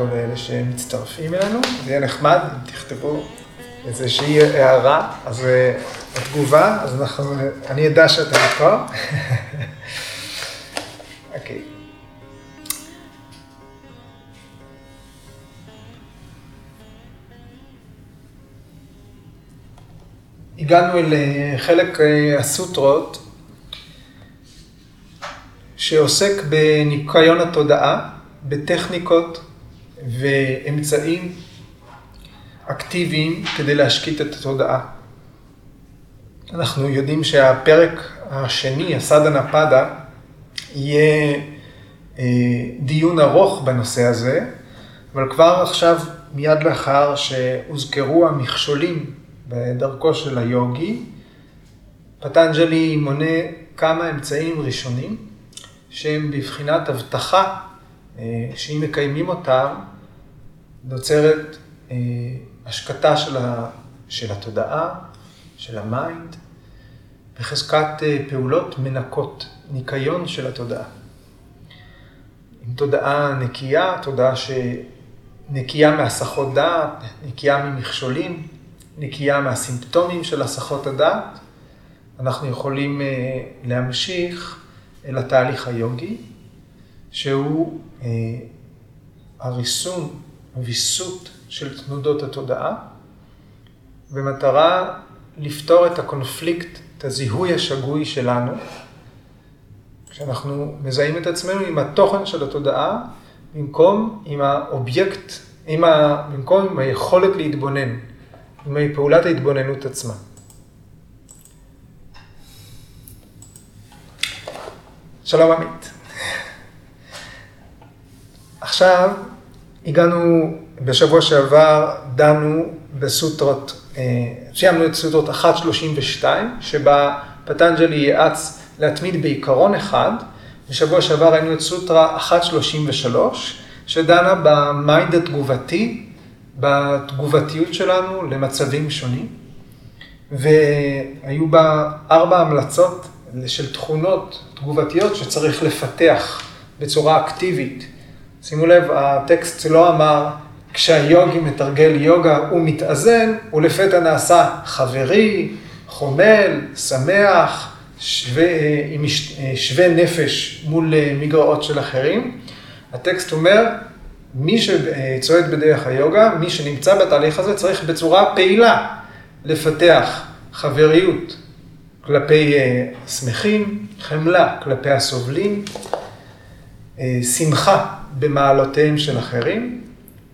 אותו לאלה שמצטרפים אלינו. זה יהיה נחמד אם תכתבו איזושהי הערה, אז התגובה, אז אני אדע שאתם פה. אוקיי. הגענו אל חלק הסוטרות שעוסק בניקיון התודעה, בטכניקות ואמצעים אקטיביים כדי להשקיט את התודעה. אנחנו יודעים שהפרק השני, הסדנה פדה, יהיה דיון ארוך בנושא הזה, אבל כבר עכשיו מיד לאחר שהוזכרו המכשולים בדרכו של היוגי, פטנג'לי מונה כמה אמצעים ראשונים שהם בבחינת הבטחה שאם מקיימים אותם נוצרת השקטה של התודעה, של המיינד, בחזקת פעולות מנקות, ניקיון של התודעה. עם תודעה נקייה, תודעה שנקייה מהסחות דעת, נקייה ממכשולים, נקייה מהסימפטומים של הסחות הדעת, אנחנו יכולים להמשיך אל התהליך היוגי, שהוא הריסון, הוויסות של תנודות התודעה, במטרה לפתור את הקונפליקט, את הזיהוי השגוי שלנו, כשאנחנו מזהים את עצמנו עם התוכן של התודעה, במקום עם האובייקט, במקום עם היכולת להתבונן, עם פעולת ההתבוננות עצמה. שלום עמית. עכשיו הגענו, בשבוע שעבר דנו בסוטרות, סיימנו את סוטרות 1.32, שבה פטנג'לי יעץ להתמיד בעיקרון אחד, בשבוע שעבר ראינו את סוטרה 1.33, שדנה במיינד התגובתי, בתגובתיות שלנו למצבים שונים, והיו בה 4 המלצות של תכונות תגובתיות שצריך לפתח בצורה אקטיבית. שימו לב, הטקסט לא אמר, כשהיוגי מתרגל יוגה הוא מתאזן, הוא לפתע נעשה חברי, חומל, שמח, שווה נפש מול מגרעות של אחרים. הטקסט אומר, מי שצועד בדרך היוגה, מי שנמצא בתהליך הזה, צריך בצורה פעילה לפתח חבריות כלפי שמחים, חמלה כלפי הסובלים, שמחה במעלותיהם של אחרים,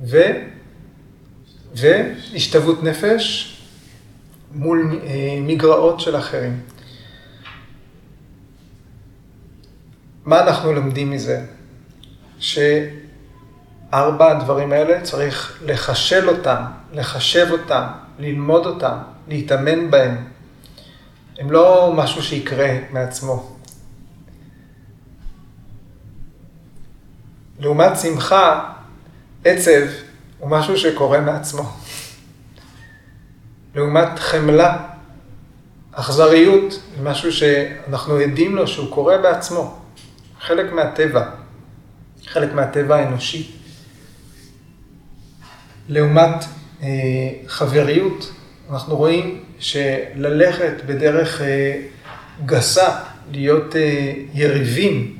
והשתוות נפש מול מגרעות של אחרים. מה אנחנו לומדים מזה? שארבע הדברים האלה צריך לחשל אותם, לחשב אותם, ללמוד אותם, להתאמן בהם. הם לא משהו שיקרה מעצמו. לעומת שמחה, עצב הוא משהו שקורה מעצמו. לעומת חמלה, אכזריות, זה משהו שאנחנו עדים לו שהוא קורה בעצמו. חלק מהטבע, חלק מהטבע האנושי. לעומת חבריות, אנחנו רואים שללכת בדרך גסה, להיות יריבים,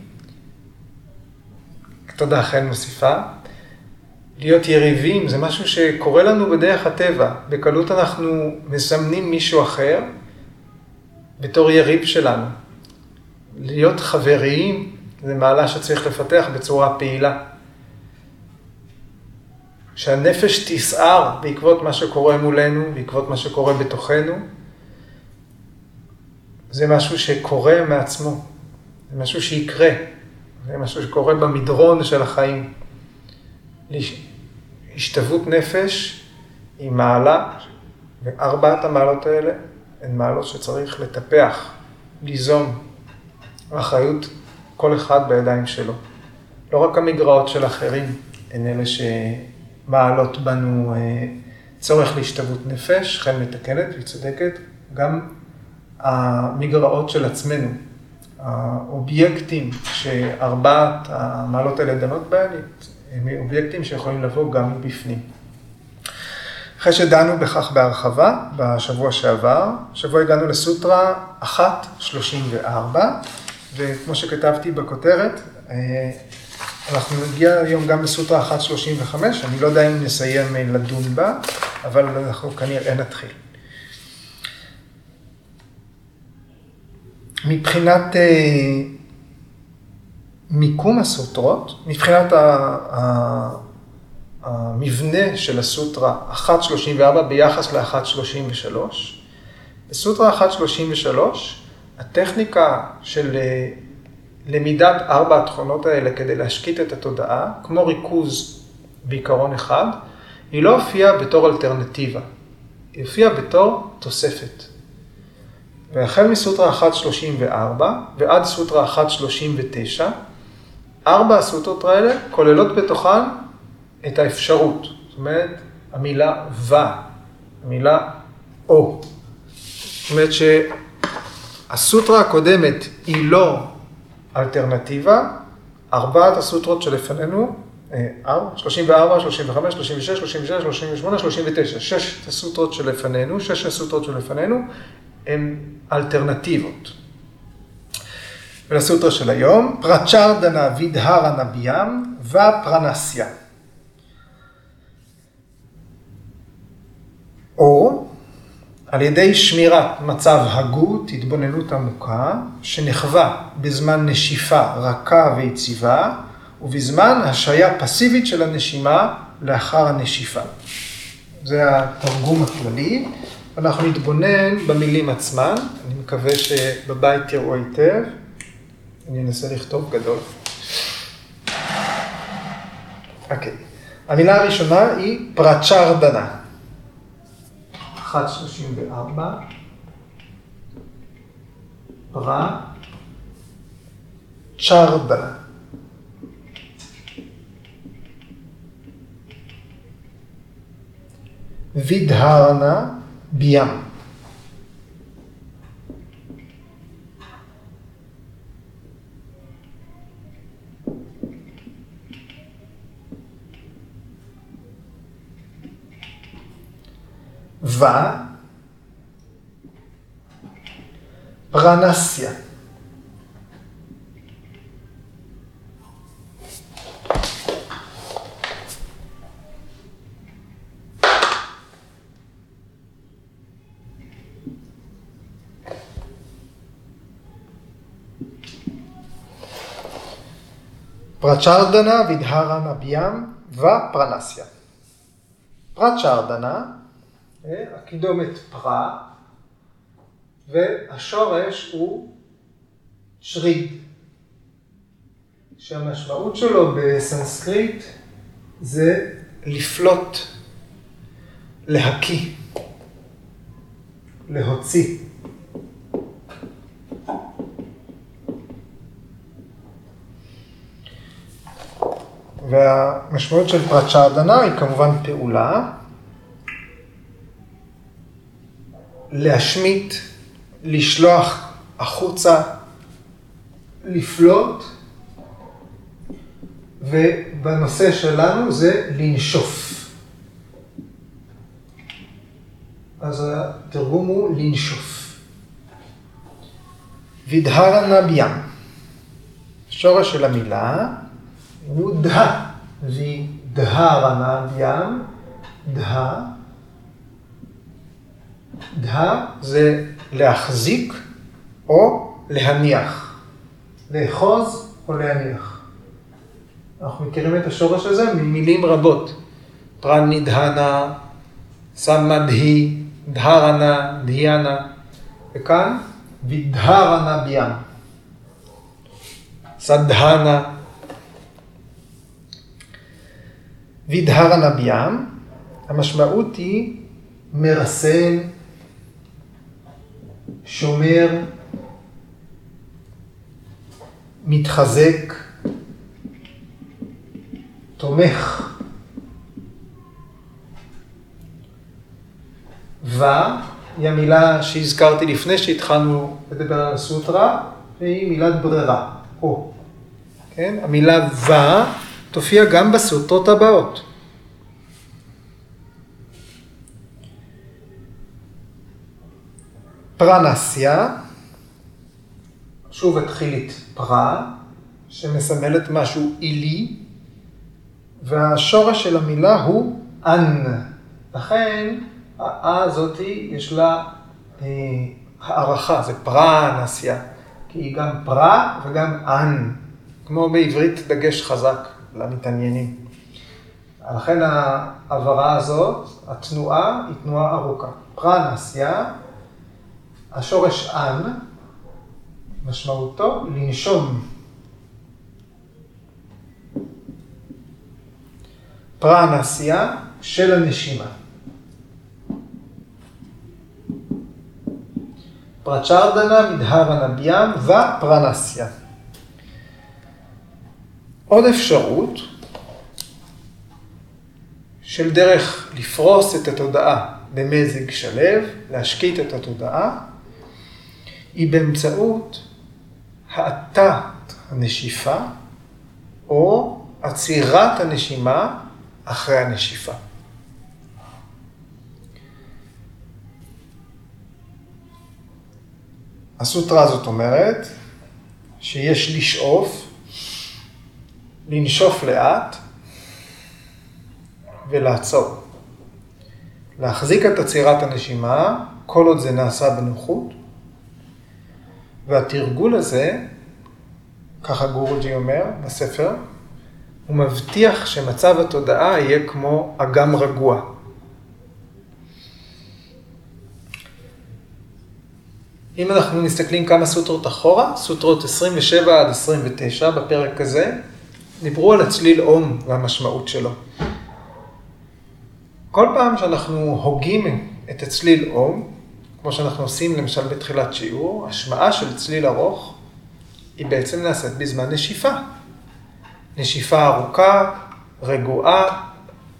תודה חן מוסיפה, להיות יריבים זה משהו שקורה לנו בדרך הטבע. בקלות אנחנו מסמנים מישהו אחר בתור יריב שלנו. להיות חבריים זה מעלה שצריך לפתח בצורה פעילה. שהנפש תסער בעקבות מה שקורה מולנו, בעקבות מה שקורה בתוכנו, זה משהו שקורה מעצמו, זה משהו שיקרה, זה משהו שקורה במדרון של החיים. השתוות נפש היא מעלה, וארבעת המעלות האלה הן מעלות שצריך לטפח, ליזום, האחריות כל אחד בידיים שלו. לא רק המגרעות של אחרים הן אלה שמעלות בנו צורך להשתוות נפש, חן מתקנת וצודקת, גם המגרעות של עצמנו, האובייקטים שארבעת המעלות האלה דנות בהן, הם אובייקטים שיכולים לבוא גם מבפנים. אחרי שדנו בכך בהרחבה בשבוע שעבר, השבוע הגענו לסוטרה 1.34, וכמו שכתבתי בכותרת, אנחנו נגיע היום גם לסוטרה 1.35, אני לא יודע אם נסיים לדון בה, אבל אנחנו כנראה נתחיל. מבחינת מיקום הסוטרות, מבחינת המבנה של הסוטרה 1.34 ביחס ל-1.33, בסוטרה 1.33, הטכניקה של למידת 4 התכונות האלה כדי להשקיט את התודעה, כמו ריכוז בעיקרון אחד, היא לא הופיעה בתור אלטרנטיבה, היא הופיעה בתור תוספת. והחל מסוטרה 1.34 ועד סוטרה 1.39, 4 הסוטרות האלה כוללות בתוכן את האפשרות, זאת אומרת, המילה ו, המילה או. זאת אומרת שהסוטרה הקודמת היא לא אלטרנטיבה, 4 הסוטרות שלפנינו, 34, 35, 36, 36, 38, 39, 6 הסוטרות שלפנינו, 6 הסוטרות שלפנינו, הן אלטרנטיבות. ולסוטרה של היום, פרצ'רדנה וידהרנה ביאם ופרנסיה. או על ידי שמירת מצב הגות, התבוננות עמוקה, שנחווה בזמן נשיפה רכה ויציבה, ובזמן השעיה פסיבית של הנשימה לאחר הנשיפה. זה התרגום הכללי. אנחנו נתבונן במילים עצמן, אני מקווה שבבית תראו היטב, אני אנסה לכתוב גדול. אוקיי, המילה הראשונה היא פרצ'רדנה. 1.34, פרצ'רדנה. וידהרנה ביאם. פרנסיה. פרצ'רדנה וידהרנה ביאם ופרנסיה. פרצ'רדנה, הקידומת פרה, והשורש הוא שריד, שהמשמעות שלו בסנסקריט זה לפלוט, להקיא, להוציא. והמשמעות של פרצ'רדנה היא כמובן פעולה, להשמיט, לשלוח החוצה, לפלוט, ובנושא שלנו זה לנשוף. אז התרגום הוא לנשוף. וידהרנה ביאם. השורש של המילה הוא דה. וידהרנה ביאם, דה. דה זה להחזיק או להניח. לאחוז או להניח. אנחנו מכירים את השורש הזה ממילים רבות. פרנידהנה, סמדהי, דהרנה, דהיאנה. וכאן וידהרנה ביאם. סדהנה. וידהרנה ביאם, המשמעות היא מרסן, שומר, מתחזק, תומך. היא המילה שהזכרתי לפני שהתחלנו לדבר על הסוטרה, והיא מילת ברירה, או. כן? המילה תופיע גם בסוטרות הבאות. פרנסיה, שוב התחילית פרה, שמסמלת משהו אילי, והשורש של המילה הוא אן. לכן, הזאת יש לה הערכה, זה פרנסיה, כי היא גם פרה וגם אן, כמו בעברית דגש חזק למתעניינים. לכן העברה הזאת, התנועה היא תנועה ארוכה. פרנסיה, השורש אן, משמעותו לנשום. פרנסיה של הנשימה. פרצ'רדנה מדהרנה ביאם ופרנסיה. עוד אפשרות של דרך לפרוס את התודעה במזג שלב, להשקיט את התודעה, היא באמצעות האטת הנשיפה או עצירת הנשימה אחרי הנשיפה. הסוטרה הזאת אומרת שיש לשאוף, לנשוף לאט ולעצור. להחזיק את עצירת הנשימה, כל עוד זה נעשה בנוחות, והתרגול הזה, ככה גורג'י אומר בספר, הוא מבטיח שמצב התודעה יהיה כמו אגם רגוע. אם אנחנו מסתכלים כמה סוטרות אחורה, סוטרות 27 עד 29 בפרק הזה, דיברו על הצליל אום והמשמעות שלו. כל פעם שאנחנו הוגים את הצליל אום, כמו שאנחנו עושים למשל בתחילת שיעור, השמעה של צליל ארוך היא בעצם נעשית בזמן נשיפה. נשיפה ארוכה, רגועה.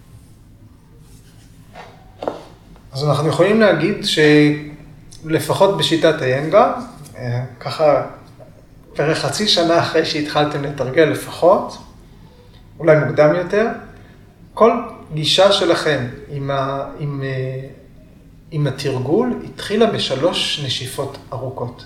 אז אנחנו יכולים להגיד שלפחות בשיטת היינגה, ככה בערך חצי שנה אחרי שהתחלתם לתרגל לפחות, אולי מוקדם יותר, כל גישה שלכם עם התרגול התחילה בשלוש נשיפות ארוכות.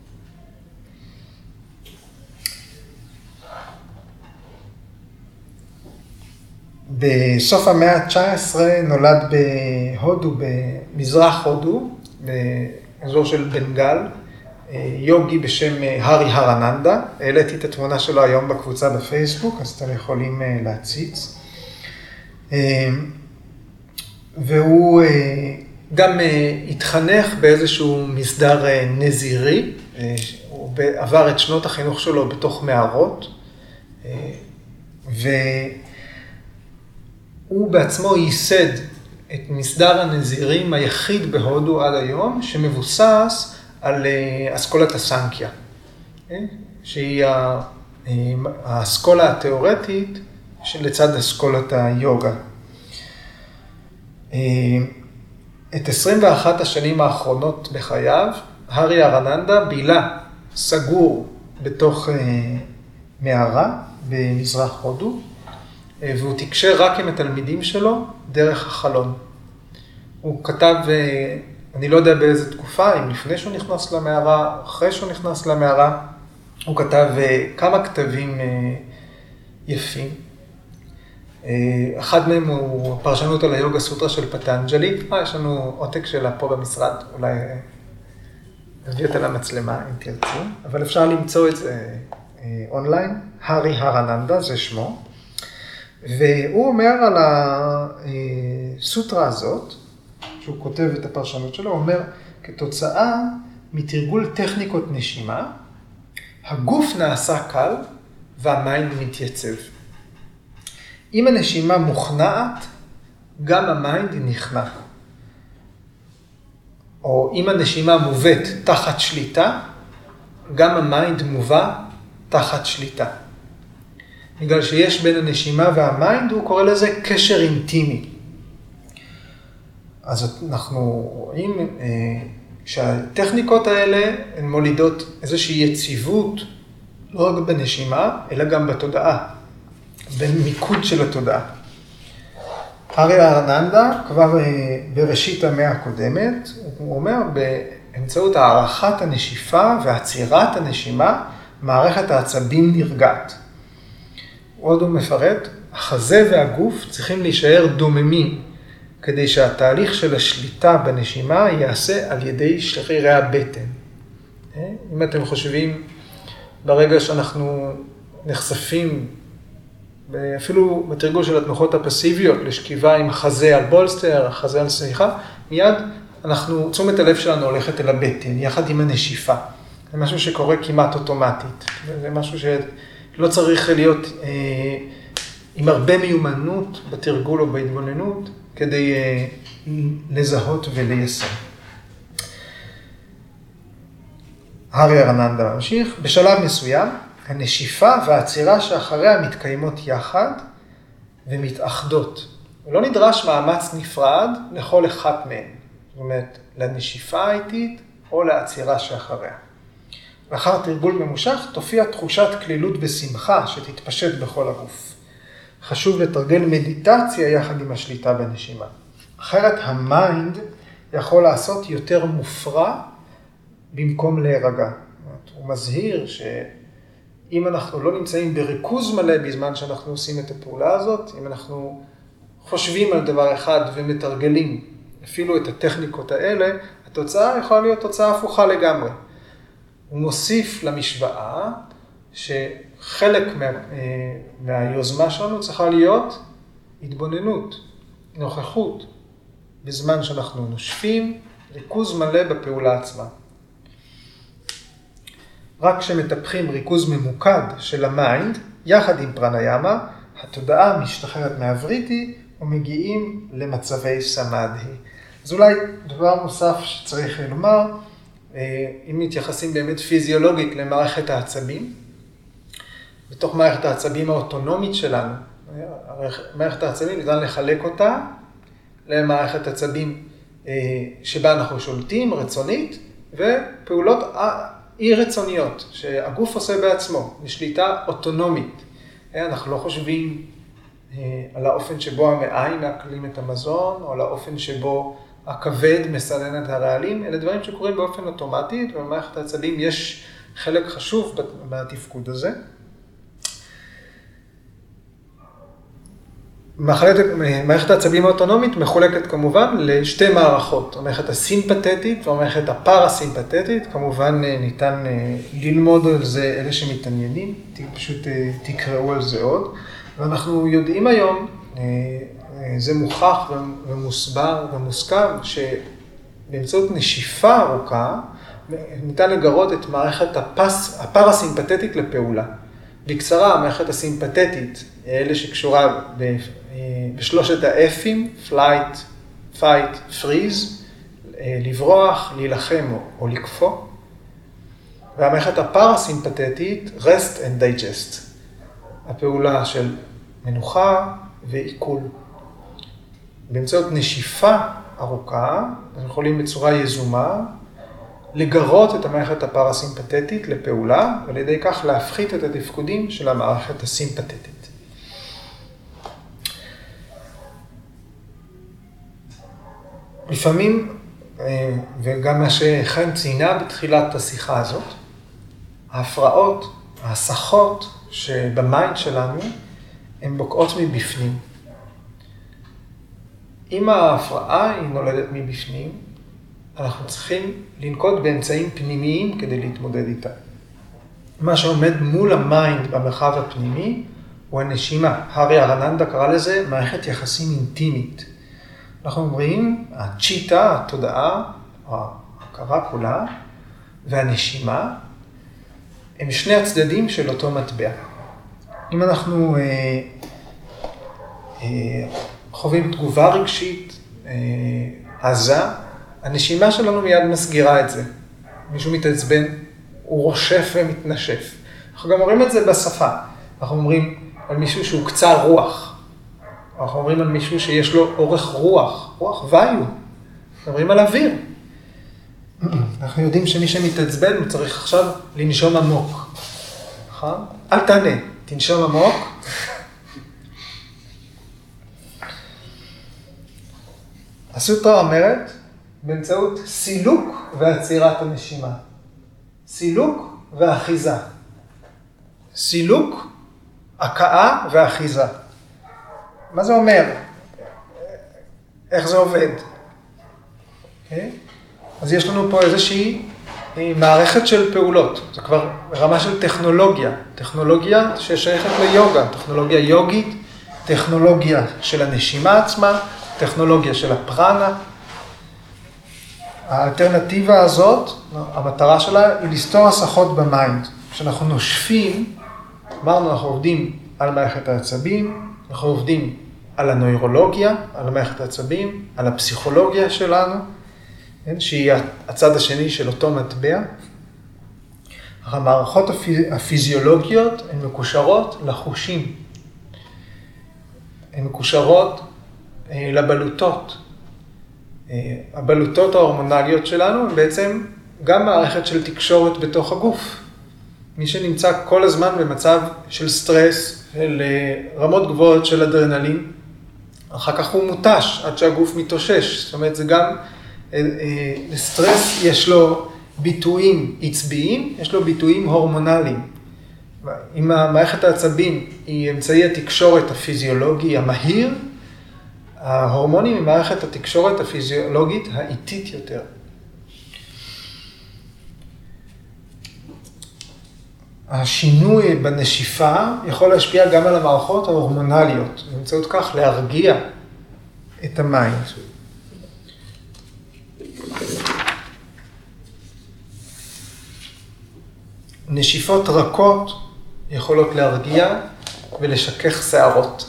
בסוף המאה ה-19 נולד בהודו, במזרח הודו, באזור של בנגל, יוגי בשם הרי הרננדה. העליתי את התמונה שלו היום בקבוצה בפייסבוק, אז אתם יכולים להציץ. והוא גם התחנך באיזשהו מסדר נזירי, הוא עבר את שנות החינוך שלו בתוך מערות, והוא בעצמו ייסד את מסדר הנזירים היחיד בהודו עד היום, שמבוסס על אסכולת הסנקיה, שהיא האסכולה התיאורטית שלצד אסכולת היוגה. את 21 השנים האחרונות בחייו, הרי הרננדה בילה סגור בתוך מערה במזרח הודו, והוא תקשר רק עם התלמידים שלו דרך החלון. הוא כתב, אני לא יודע באיזה תקופה, אם לפני שהוא נכנס למערה, או אחרי שהוא נכנס למערה, הוא כתב כמה כתבים יפים. אחד מהם הוא פרשנות על היוגה סוטרה של פטנג'לי. יש לנו עותק שלה פה במשרד, אולי נביא אותה למצלמה אם תרצו, אבל אפשר למצוא את זה אונליין. הרי הרננדה זה שמו, והוא אומר על הסוטרה הזאת, שהוא כותב את הפרשנות שלו, הוא אומר, כתוצאה מתרגול טכניקות נשימה, הגוף נעשה קל והמיינד מתייצב. אם הנשימה מוכנעת, גם המיינד נכנע. או אם הנשימה מובאת תחת שליטה, גם המיינד מובא תחת שליטה. בגלל שיש בין הנשימה והמיינד, הוא קורא לזה קשר אינטימי. אז אנחנו רואים שהטכניקות האלה הן מולידות איזושהי יציבות, לא רק בנשימה, אלא גם בתודעה. במיקוד של התודעה. הארי ארננדה, כבר בראשית המאה הקודמת, הוא אומר, באמצעות הערכת הנשיפה ועצירת הנשימה, מערכת העצבים נרגעת. עוד הוא מפרט, החזה והגוף צריכים להישאר דוממים, כדי שהתהליך של השליטה בנשימה ייעשה על ידי שרירי הבטן. אם אתם חושבים, ברגע שאנחנו נחשפים, אפילו בתרגול של התנוחות הפסיביות, לשכיבה עם החזה על בולסטר, החזה על סמיכה, מיד תשומת הלב שלנו הולכת אל הבטן, יחד עם הנשיפה. זה משהו שקורה כמעט אוטומטית. זה משהו שלא צריך להיות עם הרבה מיומנות בתרגול או בהתבוננות, כדי לזהות וליישם. הארי ארננדה ממשיך, בשלב מסוים, הנשיפה והעצירה שאחריה מתקיימות יחד ומתאחדות. לא נדרש מאמץ נפרד לכל אחת מהן. זאת אומרת, לנשיפה האיטית או לעצירה שאחריה. לאחר תרגול ממושך תופיע תחושת כלילות ושמחה שתתפשט בכל הגוף. חשוב לתרגל מדיטציה יחד עם השליטה בנשימה. אחרת המיינד יכול לעשות יותר מופרע במקום להירגע. הוא מזהיר שאם אנחנו לא נמצאים בריכוז מלא בזמן שאנחנו עושים את הפעולה הזאת, אם אנחנו חושבים על דבר אחד ומתרגלים אפילו את הטכניקות האלה, התוצאה יכולה להיות תוצאה הפוכה לגמרי. הוא מוסיף למשוואה שחלק מהיוזמה שלנו צריכה להיות התבוננות, נוכחות, בזמן שאנחנו נושפים, ריכוז מלא בפעולה עצמה. רק כשמטפחים ריכוז ממוקד של המיינד, יחד עם פרניאמה, התודעה משתחררת מהווריטי ומגיעים למצבי סמאדהי. אז אולי דבר נוסף שצריך לומר, אם מתייחסים באמת פיזיולוגית למערכת העצבים, בתוך מערכת העצבים האוטונומית שלנו, מערכת העצבים ניתן לחלק אותה למערכת עצבים שבה אנחנו שולטים, רצונית, ופעולות אי רצוניות שהגוף עושה בעצמו, בשליטה אוטונומית. אנחנו לא חושבים על האופן שבו המעיים מעכלים את המזון, או על האופן שבו הכבד מסנן את הרעלים, אלה דברים שקורים באופן אוטומטי, ובמערכת העצבים יש חלק חשוב בתפקוד הזה. מערכת העצבים האוטונומית מחולקת כמובן לשתי מערכות, המערכת הסימפתטית והמערכת הפרסימפתטית, כמובן ניתן ללמוד על זה אלה שמתעניינים, פשוט תקראו על זה עוד, ואנחנו יודעים היום, זה מוכח ומוסבר ומוסכם, שבאמצעות נשיפה ארוכה ניתן לגרות את מערכת הפרסימפתטית לפעולה. בקצרה, המערכת הסימפתטית, אלה שקשורה בשלושת ה-F'ים, flight, fight, freeze, לברוח, להילחם או לקפוא. והמערכת הפרסימפתטית, rest and digest, הפעולה של מנוחה ועיכול. באמצעות נשיפה ארוכה, אנחנו יכולים בצורה יזומה, לגרות את המערכת הפרסימפתטית לפעולה, ועל ידי כך להפחית את התפקודים של המערכת הסימפתטית. לפעמים, וגם מה שחיים ציינה בתחילת השיחה הזאת, ההפרעות, ההסחות שבמיינד שלנו, הן בוקעות מבפנים. אם ההפרעה היא נולדת מבפנים, אנחנו צריכים לנקוט באמצעים פנימיים כדי להתמודד איתה. מה שעומד מול המיינד במרחב הפנימי הוא הנשימה. הארי ארננדה קרא לזה מערכת יחסים אינטימית. אנחנו אומרים, הצ'יטה, התודעה, ההכרה כולה, והנשימה, הם שני הצדדים של אותו מטבע. אם אנחנו חווים תגובה רגשית, עזה, הנשימה שלנו מיד מסגירה את זה. מישהו מתעצבן, הוא רושף ומתנשף. אנחנו גם אומרים את זה בשפה. אנחנו אומרים על מישהו שהוא קצר רוח. אנחנו אומרים על מישהו שיש לו אורך רוח, רוח ויו. אנחנו אומרים על אוויר. אנחנו יודעים שמי שמתעצבן הוא צריך עכשיו לנשום עמוק. נכון? אל תענה, תנשום עמוק. הסוטרה אומרת באמצעות סילוק ועצירת הנשימה. סילוק ואחיזה. סילוק, הכאה ואחיזה. מה זה אומר? איך זה עובד? Okay? אז יש לנו פה איזושהי מערכת של פעולות. זה כבר רמה של טכנולוגיה. טכנולוגיה ששייכת ליוגה. טכנולוגיה יוגית, טכנולוגיה של הנשימה עצמה, טכנולוגיה של הפרנה. האלטרנטיבה הזאת, המטרה שלה היא לסתור הסחות במיינד. כשאנחנו נושפים, אמרנו, אנחנו עובדים על מערכת העצבים, אנחנו עובדים על הנוירולוגיה, על מערכת העצבים, על הפסיכולוגיה שלנו, שהיא הצד השני של אותו מטבע. המערכות הפיזיולוגיות הן מקושרות לחושים. הן מקושרות לבלוטות. הבלוטות ההורמונליות שלנו הן בעצם גם מערכת של תקשורת בתוך הגוף. מי שנמצא כל הזמן במצב של סטרס, של רמות גבוהות של אדרנלין, אחר כך הוא מותש עד שהגוף מתאושש. זאת אומרת, זה גם, לסטרס יש לו ביטויים עצביים, יש לו ביטויים הורמונליים. אם המערכת העצבים היא אמצעי התקשורת הפיזיולוגי המהיר, ההורמונים הם מערכת התקשורת הפיזיולוגית האיטית יותר. השינוי בנשיפה יכול להשפיע גם על המערכות ההורמונליות, באמצעות כך להרגיע את המיינד. נשיפות רכות יכולות להרגיע ולשכך שערות.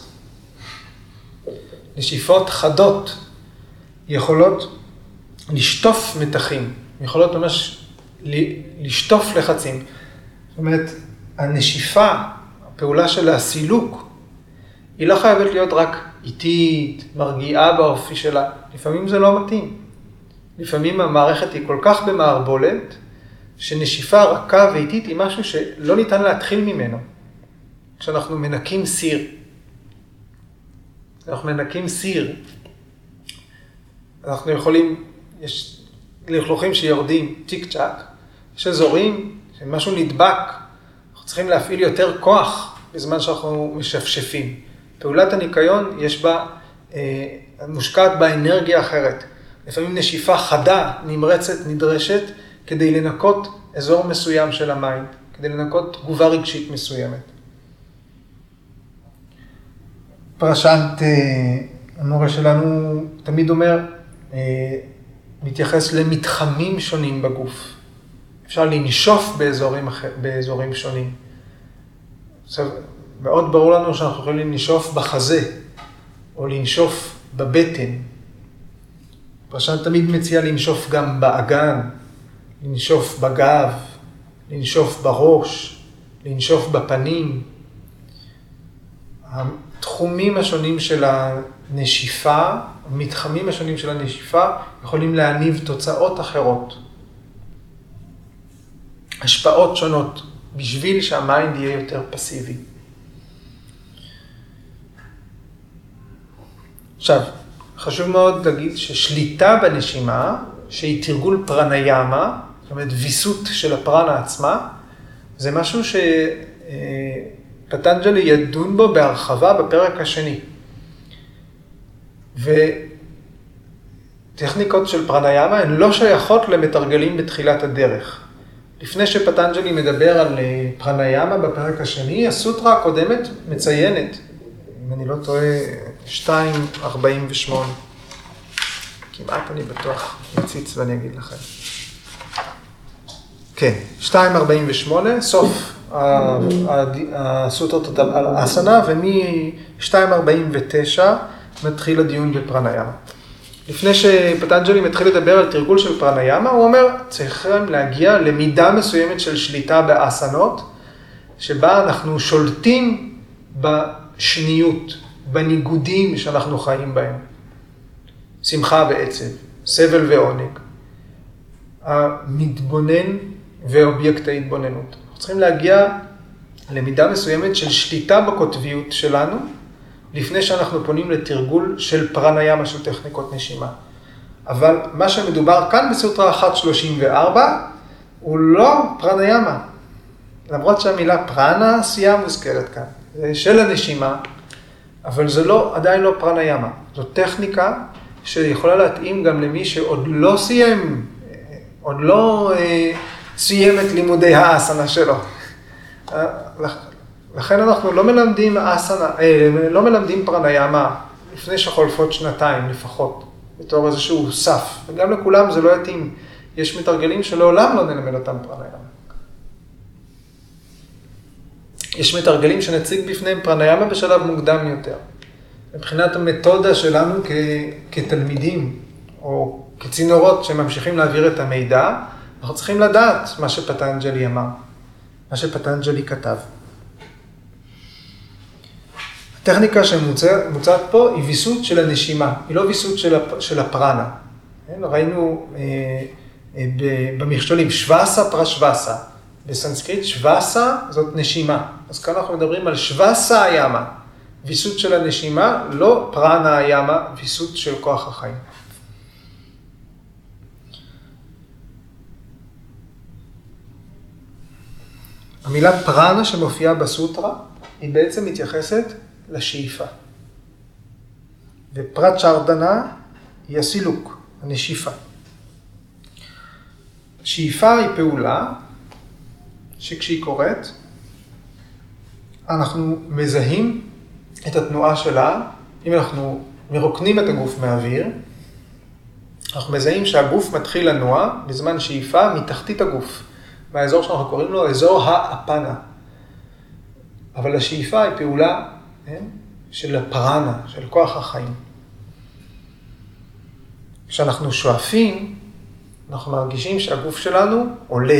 נשיפות חדות יכולות לשטוף מתחים, יכולות ממש לשטוף לחצים. זאת אומרת, הנשיפה, הפעולה של הסילוק, היא לא חייבת להיות רק איטית, מרגיעה באופי שלה. לפעמים זה לא מתאים. לפעמים המערכת היא כל כך במערבולת, שנשיפה רכה ואיטית היא משהו שלא ניתן להתחיל ממנו. כשאנחנו מנקים סיר. אנחנו יכולים, יש לכלוכים שיורדים טיק צ'ק, יש אזורים שמשהו נדבק, אנחנו צריכים להפעיל יותר כוח בזמן שאנחנו משפשפים. פעולת הניקיון יש בה, מושקעת באנרגיה אחרת. לפעמים נשיפה חדה, נמרצת, נדרשת, כדי לנקות אזור מסוים של המיינד, כדי לנקות תגובה רגשית מסוימת. פרשנט, המורה שלנו תמיד אומר, מתייחס למתחמים שונים בגוף. אפשר לנשוף באזורים שונים. עכשיו, מאוד ברור לנו שאנחנו יכולים לנשוף בחזה, או לנשוף בבטן. פרשנט תמיד מציע לנשוף גם באגן, לנשוף בגב, לנשוף בראש, לנשוף בפנים. התחומים השונים של הנשיפה, המתחמים השונים של הנשיפה, יכולים להניב תוצאות אחרות. השפעות שונות, בשביל שהמיינד יהיה יותר פסיבי. עכשיו, חשוב מאוד להגיד ששליטה בנשימה, שהיא תרגול פרניאמה, זאת אומרת ויסות של הפרנה עצמה, זה משהו שפטנג'לי ידון בו בהרחבה בפרק השני. וטכניקות של פרניאמה הן לא שייכות למתרגלים בתחילת הדרך. לפני שפטנג'לי מדבר על פרניאמה בפרק השני, הסוטרה הקודמת מציינת, אם אני לא טועה, 2.48. כמעט אני בטוח, נציץ ואני אגיד לכם. כן, 2.48, סוף הסוטרות על האסנה, ומ-2.49 מתחיל הדיון בפרניאמה. לפני שפטנג'לי מתחיל לדבר על תרגול של פרניאמה, הוא אומר, צריכים להגיע למידה מסוימת של שליטה באסנות, שבה אנחנו שולטים בשניות, בניגודים שאנחנו חיים בהם. שמחה ועצב, סבל ועונג, המתבונן ואובייקט ההתבוננות. אנחנו צריכים להגיע למידה מסוימת של שליטה בקוטביות שלנו, לפני שאנחנו פונים לתרגול של פרניאמה של טכניקות נשימה. אבל מה שמדובר כאן בסוטרה 1.34 הוא לא פרניאמה. למרות שהמילה פרנה עשייה מוזכרת כאן. זה של הנשימה, אבל זה עדיין לא פרניאמה. זו טכניקה שיכולה להתאים גם למי שעוד לא סיים את לימודי האסנה שלו. לכן אנחנו לא מלמדים פרניאמה לפני שחולפות 2 לפחות, בתור איזשהו סף. וגם לכולם זה לא יתאים. יש מתרגלים שלעולם לא נלמד אותם פרניאמה. יש מתרגלים שנציג בפניהם פרניאמה בשלב מוקדם יותר. מבחינת המתודה שלנו כתלמידים, או כצינורות שממשיכים להעביר את המידע, אנחנו צריכים לדעת מה שפטנג'לי אמר, מה שפטנג'לי כתב. הטכניקה שמוצעת פה היא ויסות של הנשימה, היא לא ויסות של הפרנה. ראינו במכשולים שווסה פרשווסה. בסנסקריט שווסה זאת נשימה. אז כאן אנחנו מדברים על שווסה הימה, ויסות של הנשימה, לא פרנה הימה, ויסות של כוח החיים. המילה פרנה שמופיעה בסוטרה, היא בעצם מתייחסת לשאיפה. ופרט צ'רדנה היא הסילוק, הנשיפה. שאיפה היא פעולה שכשהיא קורית, אנחנו מזהים את התנועה שלה. אם אנחנו מרוקנים את הגוף מהאוויר, אנחנו מזהים שהגוף מתחיל לנוע בזמן שאיפה מתחתית הגוף, מהאזור שאנחנו קוראים לו אזור האפנה. אבל השאיפה היא פעולה של הפרנה, של כוח החיים. כשאנחנו שואפים, אנחנו מרגישים שהגוף שלנו עולה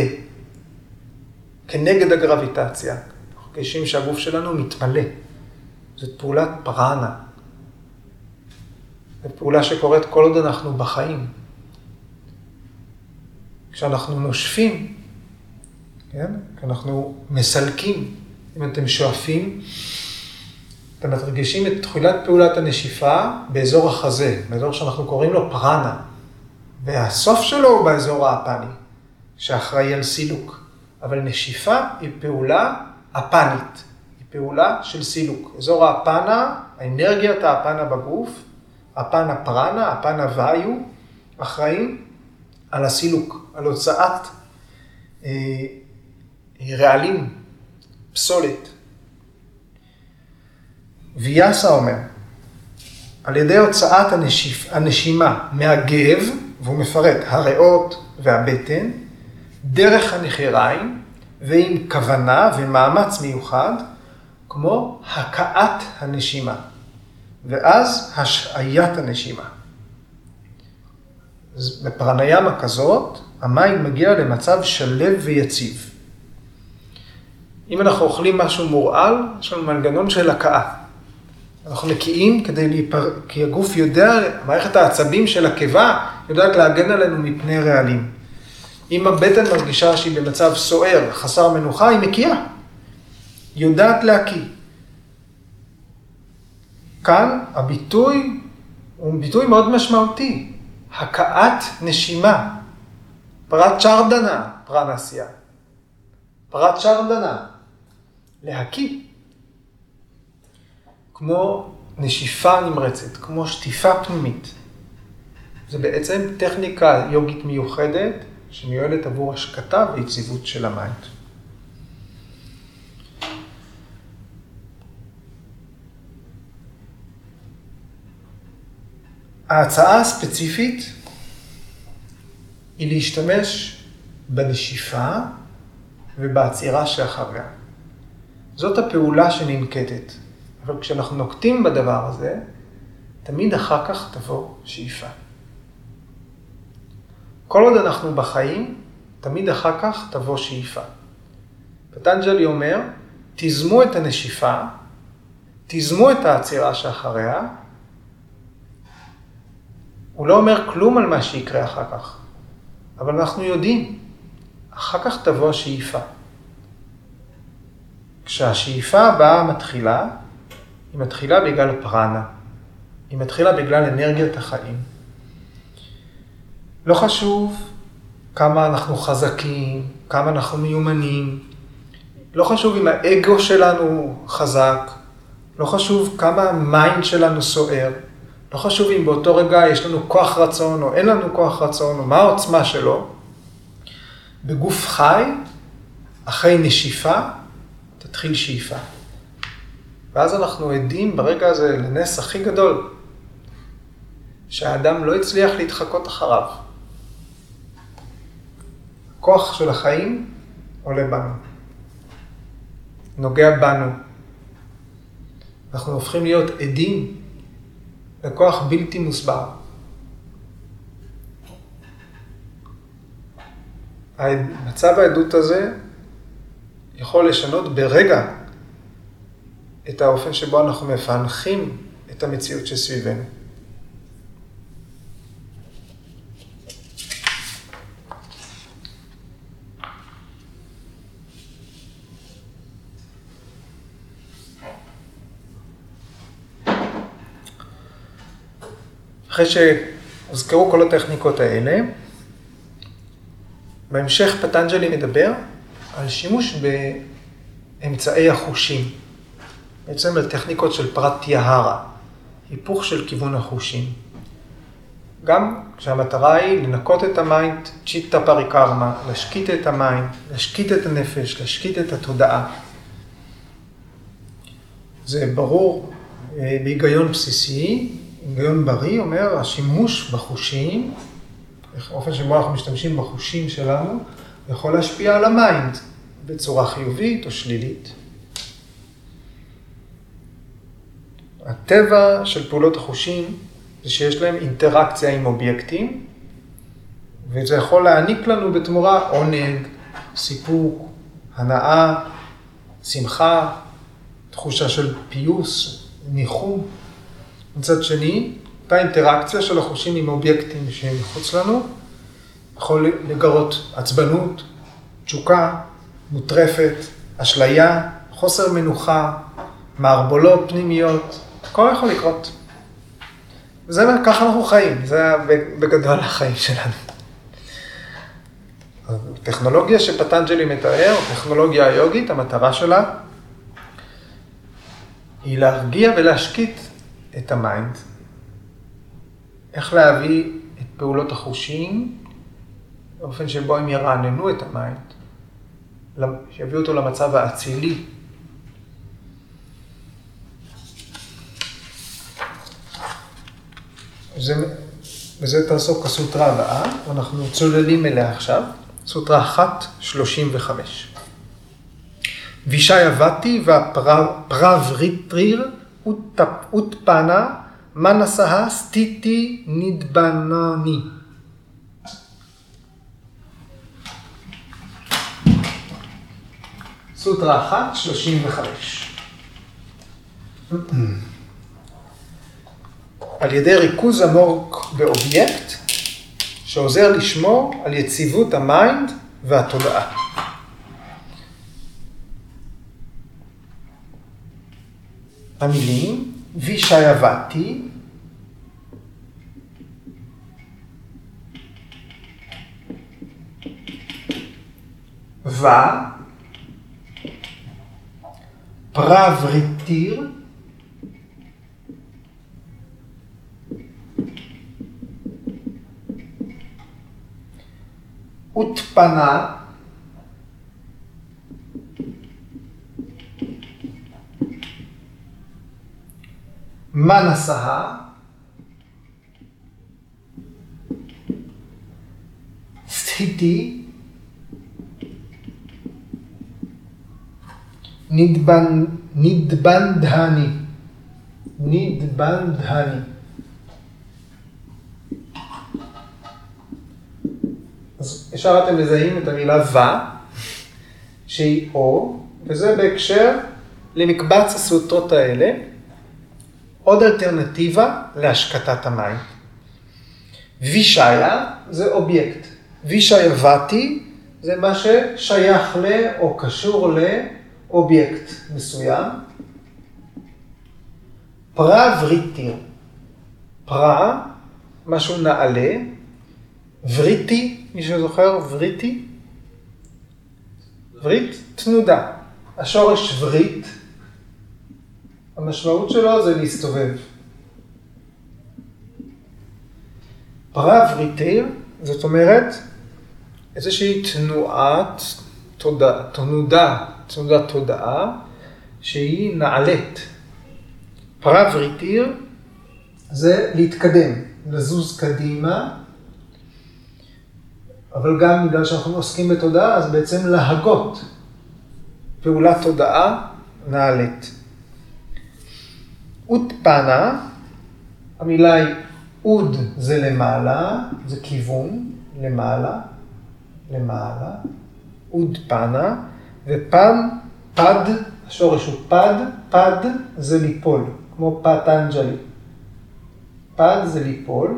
כנגד הגרביטציה. אנחנו מרגישים שהגוף שלנו מתמלא. זאת פעולת פרנה. זו פעולה שקורית כל עוד אנחנו בחיים. כשאנחנו נושפים, כן? כשאנחנו מסלקים, אם אתם שואפים, אתם מרגישים את תחילת פעולת הנשיפה באזור החזה, באזור שאנחנו קוראים לו פרנה. והסוף שלו הוא באזור האפני, שאחראי על סילוק. אבל נשיפה היא פעולה אפנית, היא פעולה של סילוק. אזור האפנה, האנרגיית האפנה בגוף, אפנה פרנה, אפנה ואיו, אחראים על הסילוק, על הוצאת רעלים, פסולת. ויאסה אומר, על ידי הוצאת הנשימה מהגב, והוא מפרט הריאות והבטן, דרך הנחיריים, ועם כוונה ומאמץ מיוחד, כמו הקעת הנשימה, ואז השעיית הנשימה. בפרניאמה כזאת, המים מגיע למצב שלב ויציב. אם אנחנו אוכלים משהו מורעל, יש לנו מנגנון של הקעה. אנחנו נקיים כי הגוף יודע, מערכת העצבים של הקיבה יודעת להגן עלינו מפני רעלים. אם הבטן מרגישה שהיא במצב סוער, חסר מנוחה, היא מקיאה. היא יודעת להקיא. כאן הביטוי הוא ביטוי מאוד משמעותי. הקעת נשימה. פרט צ'רדנה, פרנסיה. פרט צ'רדנה. להקיא. כמו נשיפה נמרצת, כמו שטיפה פנימית. זה בעצם טכניקה יוגית מיוחדת שמיועדת עבור השקטה ויציבות של המיינד. ההצעה הספציפית היא להשתמש בנשיפה ובעצירה שאחריה. זאת הפעולה שננקטת. אבל כשאנחנו נוקטים בדבר הזה, תמיד אחר כך תבוא שאיפה. כל עוד אנחנו בחיים, תמיד אחר כך תבוא שאיפה. פטנג'לי אומר, תזמו את הנשיפה, תזמו את העצירה שאחריה. הוא לא אומר כלום על מה שיקרה אחר כך, אבל אנחנו יודעים, אחר כך תבוא השאיפה. כשהשאיפה הבאה מתחילה, היא מתחילה בגלל פרנה. היא מתחילה בגלל אנרגיית החיים. לא חשוב כמה אנחנו חזקים, כמה אנחנו מיומנים, לא חשוב אם האגו שלנו חזק, לא חשוב כמה המיינד שלנו סוער, לא חשוב אם באותו רגע יש לנו כוח רצון או אין לנו כוח רצון, או מה העוצמה שלו. בגוף חי, אחרי נשיפה, תתחיל שאיפה. ואז אנחנו עדים ברגע הזה לנס הכי גדול, שהאדם לא הצליח להתחקות אחריו. הכוח של החיים עולה בנו, נוגע בנו. אנחנו הופכים להיות עדים לכוח בלתי מוסבר. מצב העדות הזה יכול לשנות ברגע את האופן שבו אנחנו מפענחים את המציאות שסביבנו. אחרי שהוזכרו כל הטכניקות האלה, בהמשך פטנג'לי מדבר על שימוש באמצעי החושים. בעצם על טכניקות של פרטיהרה, היפוך של כיוון החושים. גם כשהמטרה היא לנקות את המיינד, צ'יטה פריקרמה, להשקיט את המיינד, להשקיט את הנפש, להשקיט את התודעה. זה ברור בהיגיון בסיסי, היגיון בריא אומר, השימוש בחושים, באופן שבו אנחנו משתמשים בחושים שלנו, יכול להשפיע על המיינד בצורה חיובית או שלילית. הטבע של פעולות החושים זה שיש להם אינטראקציה עם אובייקטים, וזה יכול להעניק לנו בתמורה עונג, סיפוק, הנאה, שמחה, תחושה של פיוס, ניחום. מצד שני, אותה אינטראקציה של החושים עם אובייקטים שהם מחוץ לנו, יכול לגרות עצבנות, תשוקה, מוטרפת, אשליה, חוסר מנוחה, מערבולות פנימיות, הכל יכול לקרות. וזה ככה אנחנו חיים, זה בגדול החיים שלנו. הטכנולוגיה שפטנג'לי מתאר, הטכנולוגיה היוגית, המטרה שלה היא להרגיע ולהשקיט את המיינד. איך להביא את פעולות החושים באופן שבו הם ירעננו את המיינד, שיביאו אותו למצב האצילי. וזה תעסוק הסוטרה הבאה, ואנחנו צוללים אליה עכשיו, סוטרה 1:35. וישייבתי והפרווריטריר utpana manasaha stiti nidbanani. סוטרה 1:35. על ידי ריכוז עמוק באובייקט שעוזר לשמור על יציבות המיינד והתודעה. המילים וישייבתי פרווריטיר utpana manasaha sthiti nidbandhani. אז ישר אתם מזהים את המילה שהיא או, וזה בהקשר למקבץ הסוטרות האלה, עוד אלטרנטיבה להשקטת המים. וישיה זה אובייקט. וישייבתי זה מה ששייך או קשור לאובייקט מסוים. פרווריטיר. משהו נעלה, וריטי, מי שזוכר, וריטי? ורית, תנודה. השורש ורית, המשמעות שלו זה להסתובב. פרה וריטיר, זאת אומרת, איזושהי תנודת תודעה, שהיא נעלית. פרה וריטיר זה להתקדם, לזוז קדימה, אבל גם בגלל שאנחנו עוסקים בתודעה, אז בעצם להגות פעולת תודעה נעלית. אוטפנה, המילה היא אוד זה למעלה, זה כיוון, למעלה, אודפנה, פד, השורש הוא פד זה ליפול, כמו פטנג'לי. פד זה ליפול.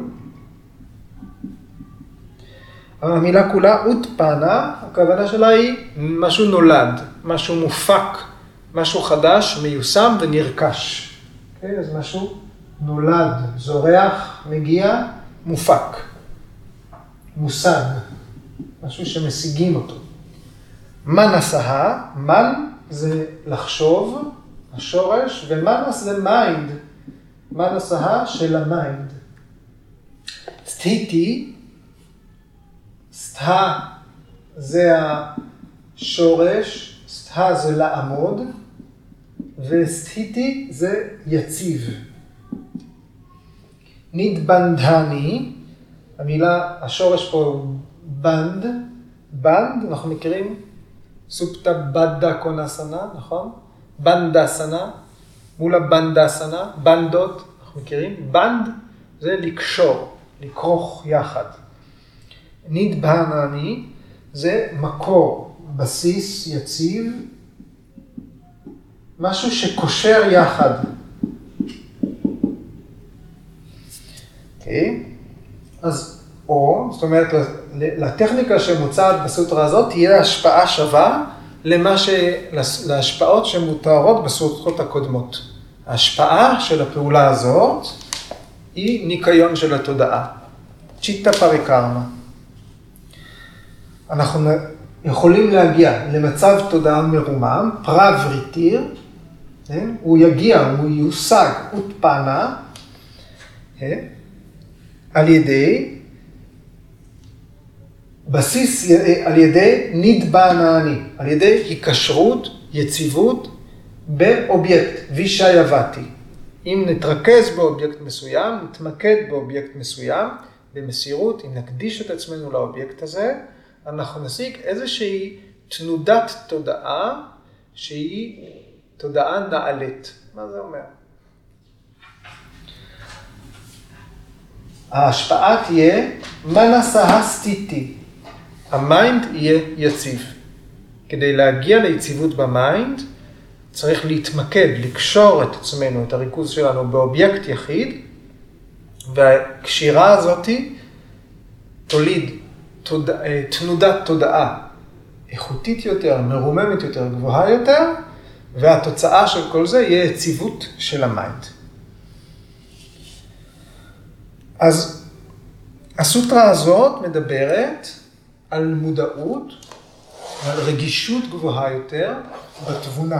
המילה כולה אוטפנה, הכוונה שלה היא משהו נולד, משהו מופק, משהו חדש, מיושם ונרכש. Okay, אז משהו נולד, זורח, מגיע, מופק, מושג, משהו שמשיגים אותו. מנסה, מן זה לחשוב, השורש, ומנס זה מיינד, מנסה של המיינד. סתיתי, סתה זה השורש, סתה זה לעמוד, וסתיתי זה יציב. נתבנדני, המילה, השורש פה הוא בנד, אנחנו מכירים סופטה בדה קונאסנה, נכון? בנדסנה, מול הבנדסנה, בנדות, אנחנו מכירים? בנד זה לקשור, לכרוך יחד. נתבנני זה מקור, בסיס, יציב, משהו שקושר יחד. אוקיי? אז זאת אומרת, לטכניקה שמוצעת בסוטרה הזאת תהיה השפעה שווה להשפעות שמותארות בסוטרות הקודמות. ההשפעה של הפעולה הזאת היא ניקיון של התודעה. צ'יטה פריקרמה. אנחנו יכולים להגיע למצב תודעה מרומם, פרה וריטיר, הוא יגיע, הוא יושג, אוטפנה, על ידי בסיס, על ידי נתבנני, על ידי היקשרות, יציבות באובייקט, וישייבתי. אם נתרכז באובייקט מסוים, נתמקד באובייקט מסוים, במסירות, אם נקדיש את עצמנו לאובייקט הזה, אנחנו נשיג איזושהי תנודת תודעה שהיא תודעה נעלית. מה זה אומר? ההשפעה תהיה מנסה סתיתי. המיינד יהיה יציב. כדי להגיע ליציבות במיינד, צריך להתמקד, לקשור את עצמנו, את הריכוז שלנו באובייקט יחיד, והקשירה הזאת תוליד תנודת תודעה איכותית יותר, מרוממת יותר, גבוהה יותר, והתוצאה של כל זה יהיה יציבות של המיינד. אז הסוטרה הזאת מדברת על מודעות, על רגישות גבוהה יותר בתבונה.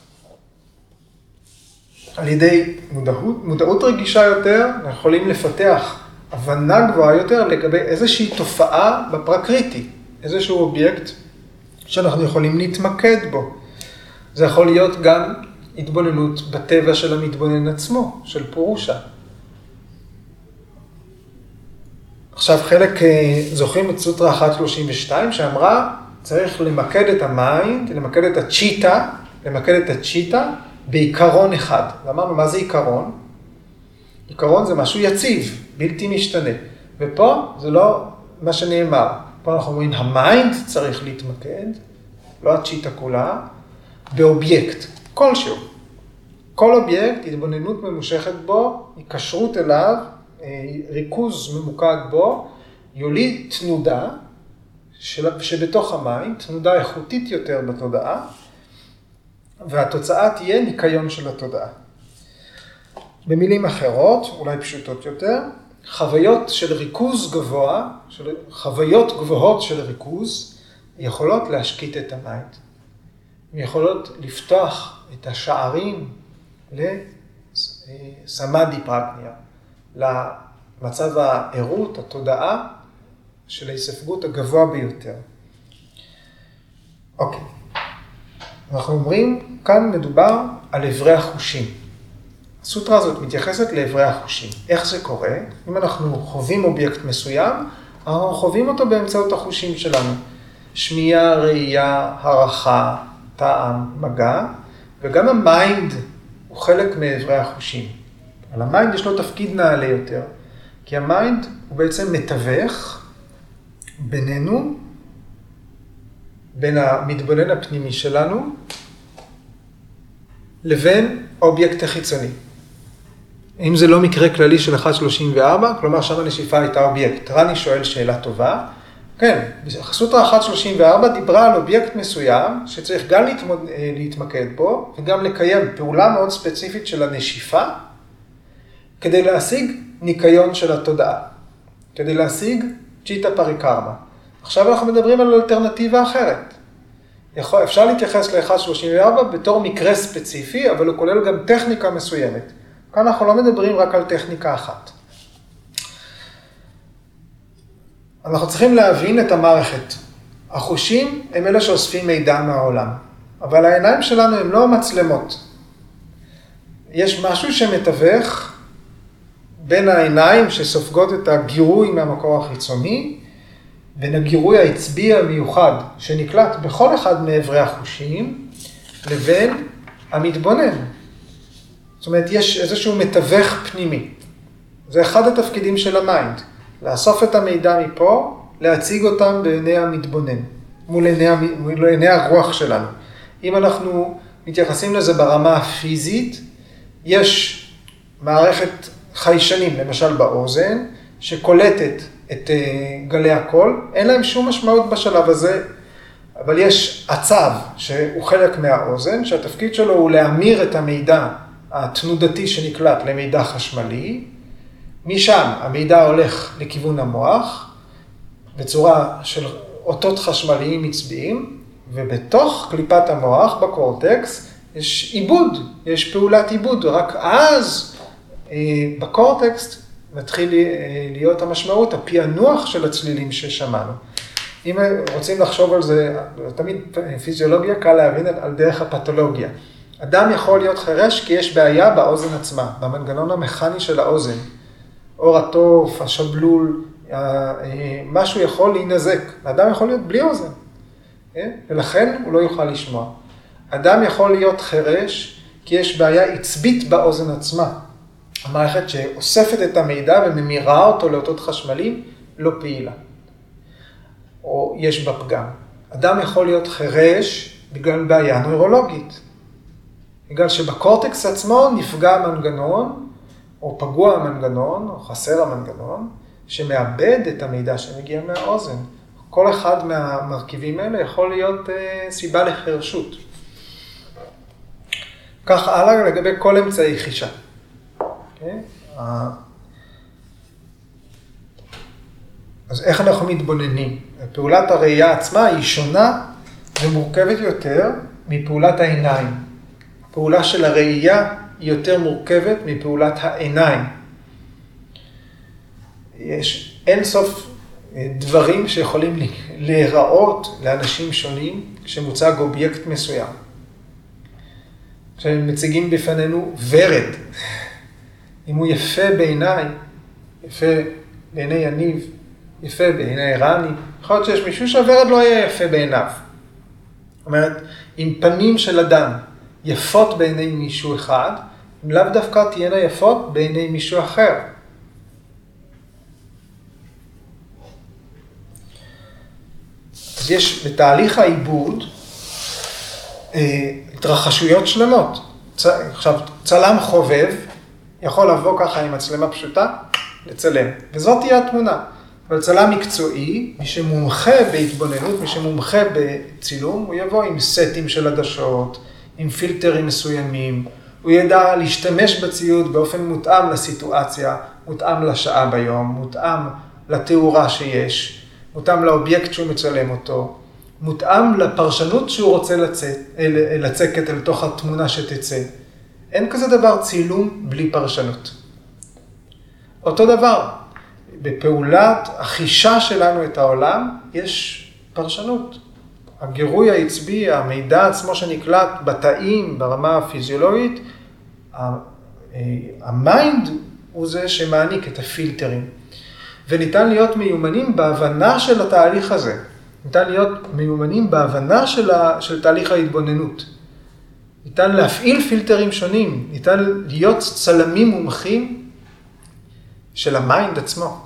על ידי מודעות רגישה יותר, אנחנו יכולים לפתח הבנה גבוהה יותר לגבי איזושהי תופעה בפרקריטי, איזשהו אובייקט שאנחנו יכולים להתמקד בו. זה יכול להיות גם התבוננות בטבע של המתבונן עצמו, של פורושה. עכשיו חלק זוכרים את סוטרה 1.32 שאמרה, צריך למקד את המיינד, למקד את הצ'יטה בעיקרון אחד. ואמרנו, מה זה עיקרון? עיקרון זה משהו יציב, בלתי משתנה. ופה זה לא מה שנאמר. פה אנחנו אומרים, המיינד צריך להתמקד, לא הצ'יטה כולה, באובייקט, כלשהו. כל אובייקט, התבוננות ממושכת בו, היקשרות אליו, ריכוז ממוקד בו, יוליד תנודה שבתוך המיינד, תנודה איכותית יותר בתודעה, והתוצאה תהיה ניקיון של התודעה. במילים אחרות, אולי פשוטות יותר, חוויות של ריכוז גבוה, חוויות גבוהות של ריכוז, יכולות להשקיט את המיינד. הן יכולות לפתוח את השערים לסמאדי פרגניה, למצב הערות, התודעה של ההיספגות הגבוה ביותר. אוקיי. אנחנו אומרים, כאן מדובר על עברי החושים. הסוטרה הזאת מתייחסת לעברי החושים. איך זה קורה? אם אנחנו חווים אובייקט מסוים, אנחנו חווים אותו באמצעות החושים שלנו. שמיעה, ראייה, הרחה, טעם, מגע, וגם המיינד הוא חלק מעברי החושים. אבל המיינד יש לו תפקיד נעלה יותר, כי המיינד הוא בעצם מתווך בינינו, בין המתבונן הפנימי שלנו, לבין אובייקט החיצוני. אם זה לא מקרה כללי של 1.34, כלומר שם הנשיפה הייתה אובייקט. רני שואל שאלה טובה. כן, סוטרה 1.34 דיברה על אובייקט מסוים, שצריך גם להתמקד בו, וגם לקיים פעולה מאוד ספציפית של הנשיפה, כדי להשיג ניקיון של התודעה, כדי להשיג צ'יטה פריקרמה. עכשיו אנחנו מדברים על אלטרנטיבה אחרת. אפשר להתייחס ל-1.34 בתור מקרה ספציפי, אבל הוא כולל גם טכניקה מסוימת. כאן אנחנו לא מדברים רק על טכניקה אחת. אנחנו צריכים להבין את המערכת. החושים הם אלה שאוספים מידע מהעולם, אבל העיניים שלנו הם לא מצלמות. יש משהו שמתווך בין העיניים שסופגות את הגירוי מהמקור החיצוני, בין הגירוי העצבי המיוחד שנקלט בכל אחד מעברי החושים, לבין המתבונן. זאת אומרת, יש איזשהו מתווך פנימי. זה אחד התפקידים של המיינד. לאסוף את המידע מפה, להציג אותם בעיני המתבונן, מול עיני הרוח שלנו. אם אנחנו מתייחסים לזה ברמה הפיזית, יש מערכת חיישנים, למשל באוזן, שקולטת את גלי הקול, אין להם שום משמעות בשלב הזה, אבל יש עצב שהוא חלק מהאוזן, שהתפקיד שלו הוא להמיר את המידע התנודתי שנקלט למידע חשמלי, משם המידע הולך לכיוון המוח, בצורה של אותות חשמליים מצביעים, ובתוך קליפת המוח, בקורטקס, יש עיבוד, יש פעולת עיבוד, רק אז בקורטקס מתחיל להיות המשמעות, הפענוח של הצלילים ששמענו. אם רוצים לחשוב על זה, תמיד פיזיולוגיה קל להבין על דרך הפתולוגיה. אדם יכול להיות חירש כי יש בעיה באוזן עצמה, במנגנון המכני של האוזן. אור התוף, השבלול, משהו יכול להינזק. האדם יכול להיות בלי אוזן, ולכן הוא לא יוכל לשמוע. אדם יכול להיות חירש כי יש בעיה עצבית באוזן עצמה. המערכת שאוספת את המידע וממירה אותו לאותות חשמליים לא פעילה. או יש בה פגם. אדם יכול להיות חירש בגלל בעיה נוירולוגית. בגלל שבקורטקס עצמו נפגע המנגנון, או פגוע המנגנון, או חסר המנגנון, שמאבד את המידע שמגיע מהאוזן. כל אחד מהמרכיבים האלה יכול להיות סיבה לחירשות. כך הלאה לגבי כל אמצעי חישה. אז איך אנחנו מתבוננים? פעולת הראייה עצמה היא שונה ומורכבת יותר מפעולת העיניים. הפעולה של הראייה היא יותר מורכבת מפעולת העיניים. יש אין סוף דברים שיכולים להיראות לאנשים שונים כשמוצג אובייקט מסוים. כשמציגים בפנינו ורד, אם הוא יפה בעיניי, יפה בעיני יניב, יפה בעיני רני, יכול להיות שיש מישהו שהוורד לא יהיה יפה בעיניו. זאת אומרת, אם פנים של אדם יפות בעיני מישהו אחד, אם לאו דווקא תהיינה יפות בעיני מישהו אחר. אז יש בתהליך העיבוד התרחשויות שלמות. עכשיו, צלם חובב יכול לבוא ככה עם מצלמה פשוטה, לצלם, וזאת תהיה התמונה. אבל צלם מקצועי, מי שמומחה בהתבוננות, מי שמומחה בצילום, הוא יבוא עם סטים של עדשות, עם פילטרים מסוימים, הוא ידע להשתמש בציוד באופן מותאם לסיטואציה, מותאם לשעה ביום, מותאם לתאורה שיש, מותאם לאובייקט שהוא מצלם אותו, מותאם לפרשנות שהוא רוצה לצקת אל תוך התמונה שתצא. אין כזה דבר צילום בלי פרשנות. אותו דבר, בפעולת החישה שלנו את העולם, יש פרשנות. הגירוי העצבי, המידע עצמו שנקלט בתאים, ברמה הפיזיולוגית, המיינד הוא זה שמעניק את הפילטרים. וניתן להיות מיומנים בהבנה של התהליך הזה. ניתן להיות מיומנים בהבנה של תהליך ההתבוננות. ניתן להפעיל פילטרים שונים, ניתן להיות צלמים מומחים של המיינד עצמו.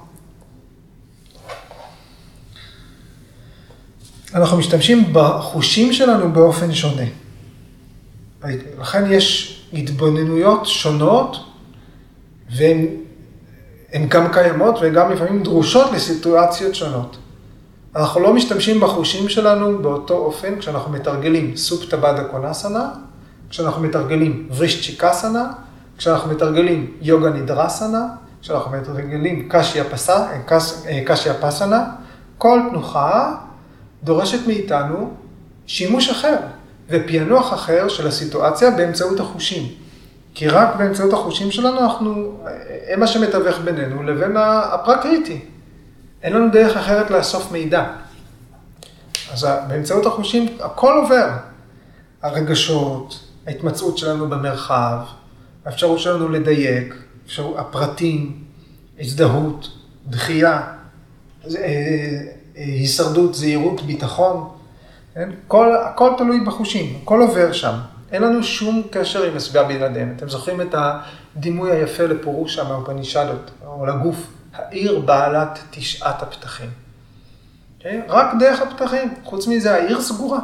אנחנו משתמשים בחושים שלנו באופן שונה. לכן יש התבוננויות שונות, והן גם קיימות וגם לפעמים דרושות לסיטואציות שונות. אנחנו לא משתמשים בחושים שלנו באותו אופן כשאנחנו מתרגלים סופטה בדה קונאסנה, כשאנחנו מתרגלים ורישצ'יקסנה, כשאנחנו מתרגלים יוגה נידרסנה, כשאנחנו מתרגלים קשיה פסנה. כל תנוחה דורשת מאיתנו שימוש אחר ופענוח אחר של הסיטואציה באמצעות החושים. כי רק באמצעות החושים שלנו הם מה שמתווך בינינו לבין הפרקריטי. אין לנו דרך אחרת לאסוף מידע. אז באמצעות החושים הכל עובר. הרגשות, ההתמצאות שלנו במרחב, האפשרות שלנו לדייק, הפרטים, הזדהות, דחייה, הישרדות, זהירות, ביטחון. הכל תלוי בחושים, הכל עובר שם. אין לנו שום קשר עם הסביבה בלעדיהם. אתם זוכרים את הדימוי היפה לפורושה מהאופנישדות, או לגוף, העיר בעלת 9 הפתחים. רק דרך הפתחים, חוץ מזה העיר סגורה.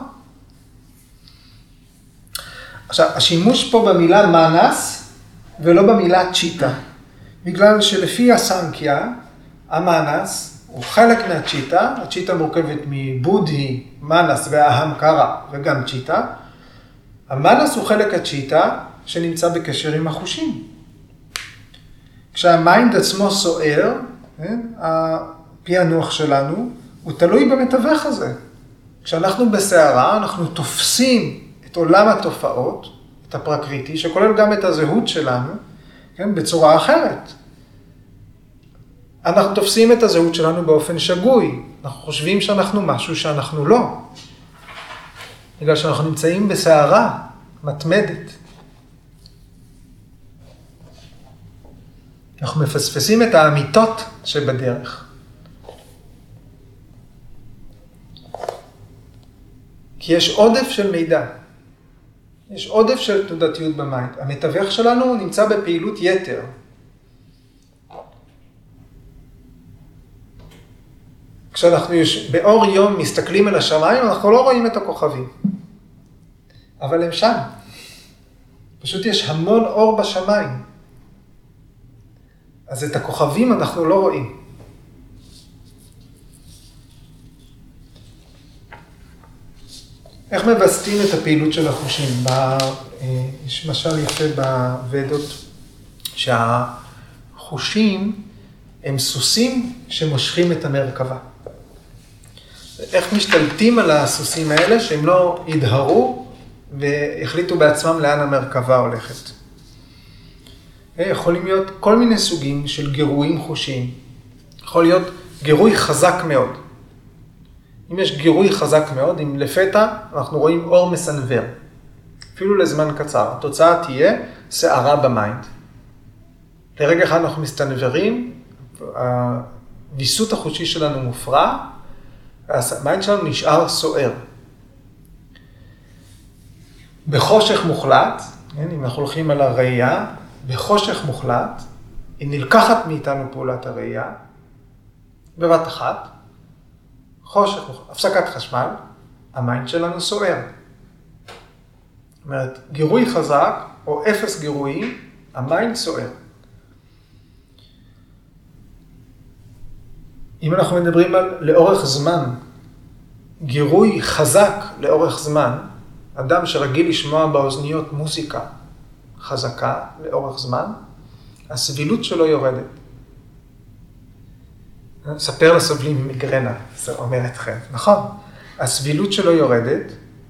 עכשיו, השימוש פה במילה מנס ולא במילה צ'יטה. בגלל שלפי הסנקיה, המנס הוא חלק מהצ'יטה. הצ'יטה מורכבת מבודהי, מנס והאהמקרה וגם צ'יטה. המנס הוא חלק הצ'יטה שנמצא בקשר עם החושים. כשהמיינד עצמו סוער, הפענוח שלנו, הוא תלוי במתווך הזה. כשאנחנו בסערה, אנחנו תופסים את עולם התופעות, את הפרקריטי, שכולל גם את הזהות שלנו, בצורה אחרת. אנחנו תופסים את הזהות שלנו באופן שגוי. אנחנו חושבים שאנחנו משהו שאנחנו לא. בגלל שאנחנו נמצאים בסערה מתמדת. אנחנו מפספסים את האמיתות שבדרך. כי יש עודף של מידע. יש עודף של תנודתיות במיינד. המתווך שלנו נמצא בפעילות יתר. כשאנחנו באור יום מסתכלים אל השמיים, אנחנו לא רואים את הכוכבים. אבל הם שם. פשוט יש המון אור בשמיים. אז את הכוכבים אנחנו לא רואים. איך מבסטים את הפעילות של החושים? יש משל יפה בוודות, שהחושים הם סוסים שמושכים את המרכבה. איך משתלטים על הסוסים האלה שהם לא ידהרו והחליטו בעצמם לאן המרכבה הולכת. יכולים להיות כל מיני סוגים של גירויים חושיים. יכול להיות גירוי חזק מאוד. אם יש גירוי חזק מאוד, אם לפתע אנחנו רואים אור מסנבר, אפילו לזמן קצר, התוצאה תהיה שערה במיינד. לרגע אחד אנחנו מסתנברים, הוויסות החושי שלנו מופרע, והמיינד שלנו נשאר סוער. בחושך מוחלט, אם אנחנו הולכים על הראייה, בחושך מוחלט, היא נלקחת מאיתנו פעולת הראייה, בבת אחת, חושך, הפסקת חשמל, המיינד שלנו סוער. זאת אומרת, גירוי חזק או אפס גירויים, המיינד סוער. אם אנחנו מדברים על לאורך זמן, גירוי חזק לאורך זמן, אדם שרגיל לשמוע באוזניות מוזיקה חזקה לאורך זמן, הסבילות שלו יורדת. ספר לסובלים ממיגרנה, זה אומר אתכם. נכון, הסבילות שלו יורדת,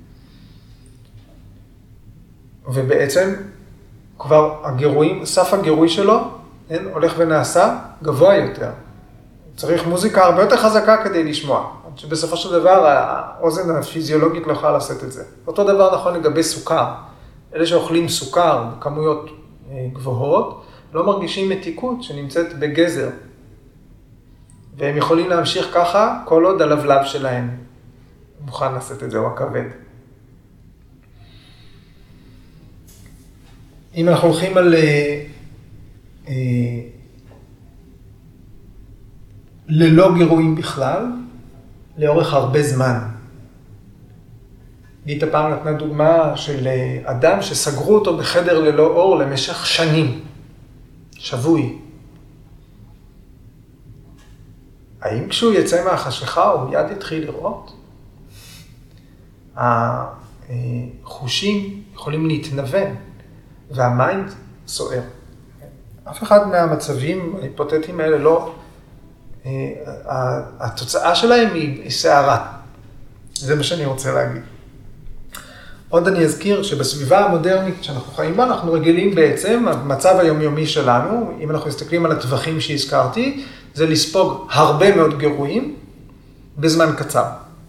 ובעצם כבר הגירויים, סף הגירוי שלו, הולך ונעשה גבוה יותר. צריך מוזיקה הרבה יותר חזקה כדי לשמוע. שבסופו של דבר האוזן הפיזיולוגית לא יכולה לעשות את זה. אותו דבר נכון לגבי סוכר. אלה שאוכלים סוכר בכמויות גבוהות, לא מרגישים מתיקות שנמצאת בגזר. והם יכולים להמשיך ככה כל עוד הלבלב שלהם מוכן לעשות את זה, הוא הכבד. אם אנחנו הולכים על ללא גירויים בכלל, לאורך הרבה זמן. גיטה פעם נתנה דוגמה של אדם שסגרו אותו בחדר ללא אור למשך שנים, שבוי. האם כשהוא יצא מהחשיכה הוא מיד יתחיל לראות? החושים יכולים להתנוון, והמיינד סוער. אף אחד מהמצבים ההיפותטיים האלה לא, התוצאה שלהם היא שערה. זה מה שאני רוצה להגיד. עוד אני אזכיר שבסביבה המודרנית שאנחנו חיים בה, אנחנו רגילים בעצם, המצב היומיומי שלנו, אם אנחנו מסתכלים על הטווחים שהזכרתי, זה לספוג הרבה מאוד גירויים בזמן קצר.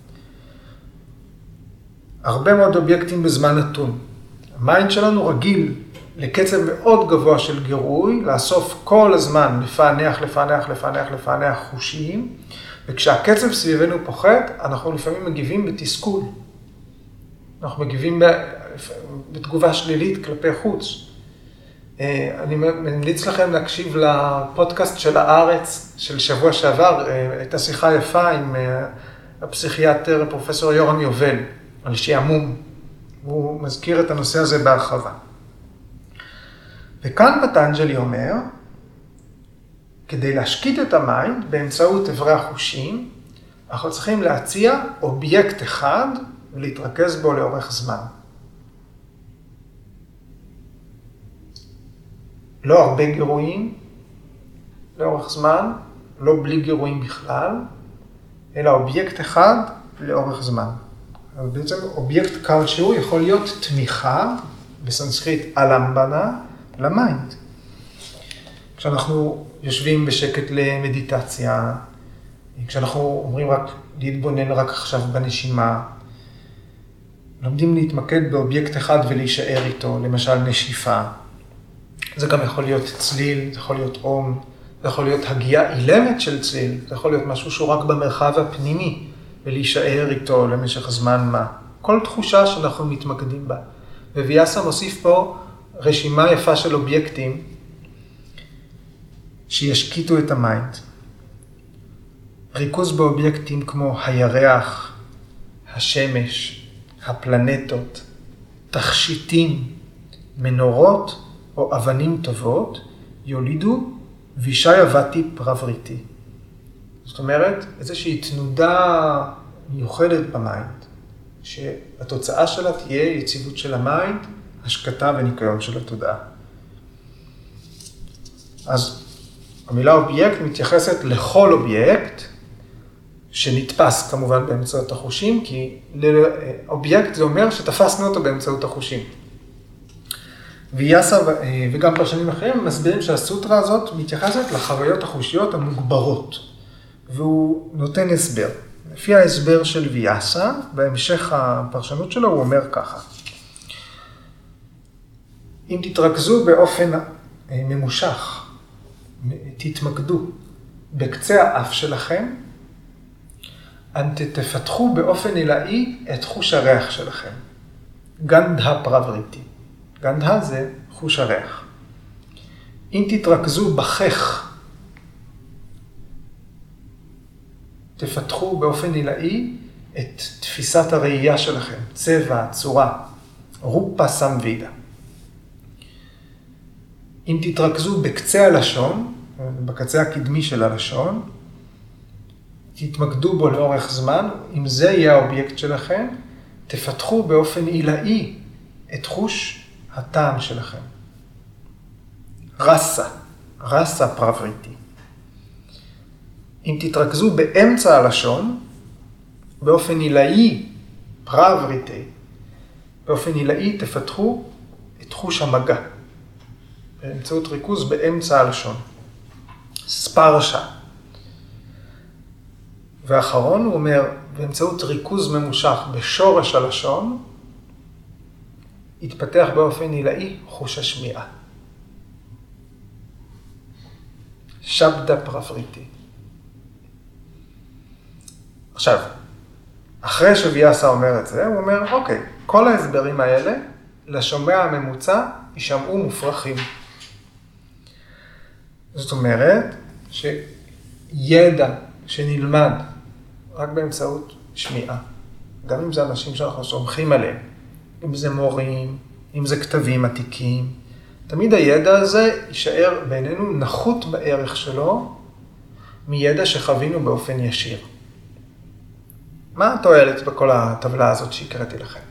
הרבה מאוד אובייקטים בזמן נתון. המיינד שלנו רגיל לקצב מאוד גבוה של גירוי, לאסוף כל הזמן, לפענח חושים, וכשהקצב סביבנו פוחת, אנחנו לפעמים מגיבים בתסכול. אנחנו מגיבים בתגובה שלילית כלפי חוץ. אני ממליץ לכם להקשיב לפודקאסט של הארץ של שבוע שעבר, הייתה שיחה יפה עם הפסיכיאטר פרופסור יורם יובל, על שעמום. הוא מזכיר את הנושא הזה בהרחבה. וכאן פטנג'לי אומר, כדי להשקיט את המיינד באמצעות עברי החושים, אנחנו צריכים להציע אובייקט אחד ולהתרכז בו לאורך זמן. לא הרבה גירויים לאורך זמן, לא בלי גירויים בכלל, אלא אובייקט אחד לאורך זמן. אז בעצם אובייקט כלשהו יכול להיות תמיכה, בסנסקריט אלמבנה, למיינד. כשאנחנו יושבים בשקט למדיטציה, כשאנחנו אומרים רק להתבונן רק עכשיו בנשימה, לומדים להתמקד באובייקט אחד ולהישאר איתו, למשל נשיפה. זה גם יכול להיות צליל, זה יכול להיות אום, זה יכול להיות הגיעה אילמת של צליל, זה יכול להיות משהו שהוא רק במרחב הפנימי, ולהישאר איתו למשך זמן מה. כל תחושה שאנחנו מתמקדים בה. וויאסה מוסיף פה רשימה יפה של אובייקטים שישקיטו את המיינד. ריכוז באובייקטים כמו הירח, השמש, הפלנטות, תכשיטים, מנורות או אבנים טובות, יולידו וישייבתי פרבריטי. זאת אומרת, איזושהי תנודה מיוחדת במיינד, שהתוצאה שלה תהיה יציבות של המיינד, השקטה וניקיון של התודעה. אז המילה אובייקט מתייחסת לכל אובייקט, שנתפס כמובן באמצעות החושים, כי אובייקט זה אומר שתפסנו אותו באמצעות החושים. ויאסה וגם פרשנים אחרים מסבירים שהסוטרה הזאת מתייחסת לחוויות החושיות המוגברות, והוא נותן הסבר. לפי ההסבר של ויאסה, בהמשך הפרשנות שלו הוא אומר ככה. אם תתרכזו באופן ממושך, תתמקדו בקצה האף שלכם, תפתחו באופן עילאי את חוש הריח שלכם. גנדהה פרבריטי. גנדהה זה חוש הריח. אם תתרכזו בחך, תפתחו באופן עילאי את תפיסת הראייה שלכם, צבע, צורה, רופה סמווידה. אם תתרכזו בקצה הלשון, בקצה הקדמי של הלשון, תתמקדו בו לאורך זמן, אם זה יהיה האובייקט שלכם, תפתחו באופן עילאי את חוש הטעם שלכם. רסה פרבריטי. אם תתרכזו באמצע הלשון, באופן עילאי, פרווריטי, באופן עילאי תפתחו את חוש המגע, באמצעות ריכוז באמצע הלשון. ספרשה. ואחרון הוא אומר, באמצעות ריכוז ממושך בשורש הלשון, יתפתח באופן עילאי חוש השמיעה. שבדה פרווריטי. עכשיו, אחרי שוויאסה אומר את זה, הוא אומר, אוקיי, כל ההסברים האלה, לשומע הממוצע, יישמעו מופרכים. זאת אומרת, שידע שנלמד רק באמצעות שמיעה, גם אם זה אנשים שאנחנו סומכים עליהם, אם זה מורים, אם זה כתבים עתיקים, תמיד הידע הזה יישאר בינינו נחות בערך שלו, מידע שחווינו באופן ישיר. מה התועלת בכל הטבלה הזאת שהקראתי לכם?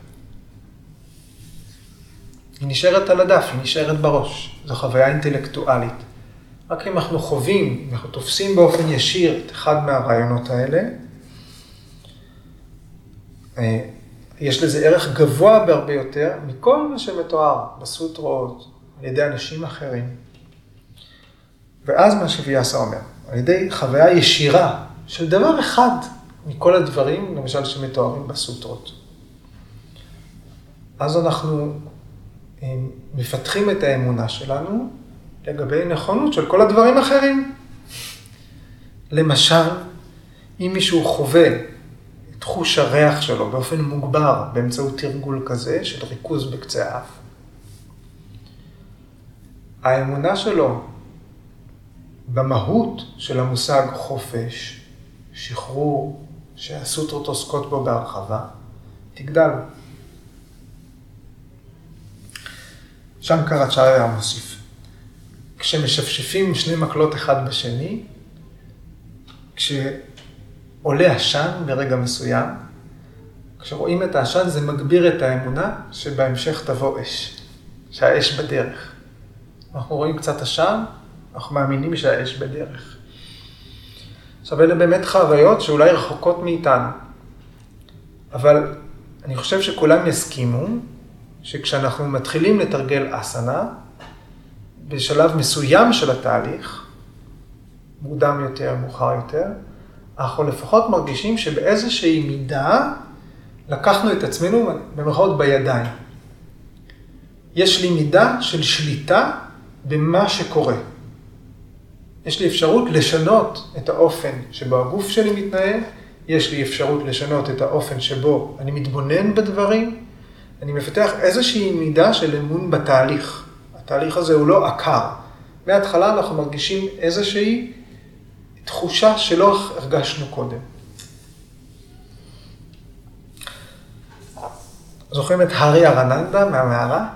היא נשארת על הדף, היא נשארת בראש. זו חוויה אינטלקטואלית. רק אם אנחנו חווים, אנחנו תופסים באופן ישיר את אחד מהרעיונות האלה, יש לזה ערך גבוה בהרבה יותר מכל מה שמתואר בסוטרות, על ידי אנשים אחרים. ואז מה שוויאסה אומר, על ידי חוויה ישירה של דבר אחד מכל הדברים, למשל שמתוארים בסוטרות. אז אנחנו מפתחים את האמונה שלנו לגבי נכונות של כל הדברים האחרים. למשל, אם מישהו חווה את חוש הריח שלו באופן מוגבר באמצעות תרגול כזה של ריכוז בקצה האף, האמונה שלו במהות של המושג חופש, שחרור, שהסוטרות עוסקות בו בהרחבה, תגדל. שנקראצ'ריה מוסיף, כשמשפשפים שני מקלות אחד בשני, כשעולה עשן ברגע מסוים, כשרואים את העשן זה מגביר את האמונה שבהמשך תבוא אש, שהאש בדרך. אנחנו רואים קצת עשן, אנחנו מאמינים שהאש בדרך. עכשיו, אלה באמת חוויות שאולי רחוקות מאיתנו. אבל אני חושב שכולם יסכימו שכשאנחנו מתחילים לתרגל אסנה, בשלב מסוים של התהליך, מוקדם יותר, מאוחר יותר, אנחנו לפחות מרגישים שבאיזושהי מידה לקחנו את עצמנו במירכאות בידיים. יש לי מידה של שליטה במה שקורה. יש לי אפשרות לשנות את האופן שבו הגוף שלי מתנהל, יש לי אפשרות לשנות את האופן שבו אני מתבונן בדברים, אני מפתח איזושהי מידה של אמון בתהליך. התהליך הזה הוא לא עקר. מההתחלה אנחנו מרגישים איזושהי תחושה שלא הרגשנו קודם. זוכרים את הארי ארננדה מהמערה?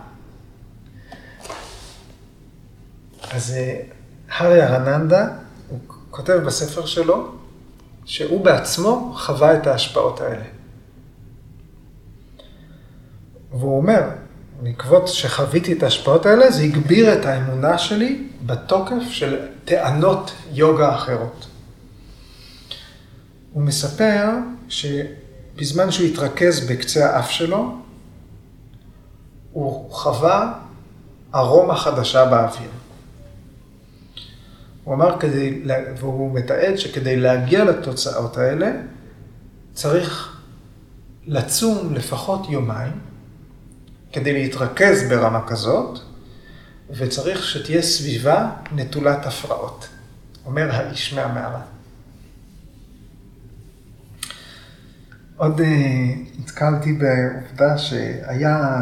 אז הארי ארננדה, הוא כותב בספר שלו, שהוא בעצמו חווה את ההשפעות האלה. והוא אומר, בעקבות שחוויתי את ההשפעות האלה, זה הגביר את האמונה שלי בתוקף של טענות יוגה אחרות. הוא מספר שבזמן שהוא התרכז בקצה האף שלו, הוא חווה ארומה חדשה באוויר. הוא אמר, והוא מתעד שכדי להגיע לתוצאות האלה, צריך לצום לפחות יומיים, כדי להתרכז ברמה כזאת, וצריך שתהיה סביבה נטולת הפרעות. אומר האיש מהמערה. עוד התקלתי בעובדה שהיה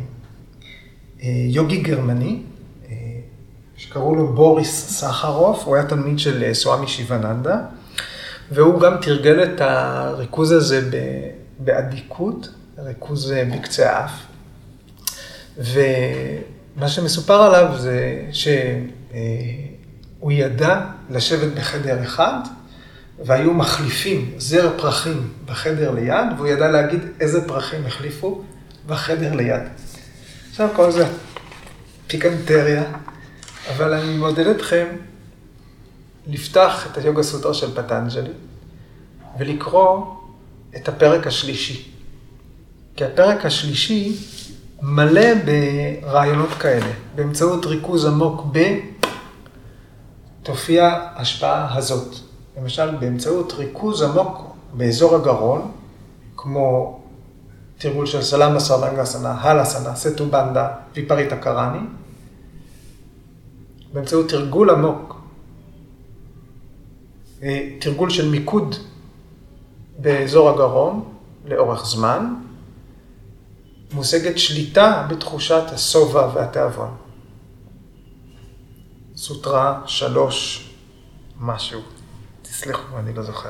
יוגי גרמני, שקראו לו בוריס סחרוף, הוא היה תלמיד של סואמי שיבננדה, והוא גם תרגל את הריכוז הזה באדיקות, ריכוז בקצה האף. ומה שמסופר עליו זה שהוא ידע לשבת בחדר אחד, והיו מחליפים זר פרחים בחדר ליד, והוא ידע להגיד איזה פרחים החליפו בחדר ליד. עכשיו כל זה פיקנטריה, אבל אני מעודד אתכם לפתוח את היוגה סוטרה של פטנג'לי ולקרוא את הפרק השלישי. כי הפרק השלישי מלא ברעיונות כאלה. באמצעות ריכוז עמוק תופיע ההשפעה הזאת. למשל, באמצעות ריכוז עמוק באזור הגרון, כמו תרגול של סלמה סרבנגסנה, הלסנה, סטובנדה, ויפריטה קראני, באמצעות תרגול עמוק, תרגול של מיקוד באזור הגרון לאורך זמן, מושגת שליטה בתחושת הסובה והתאבון. סוטרה 3 משהו, תסלחו, אני לא זוכר.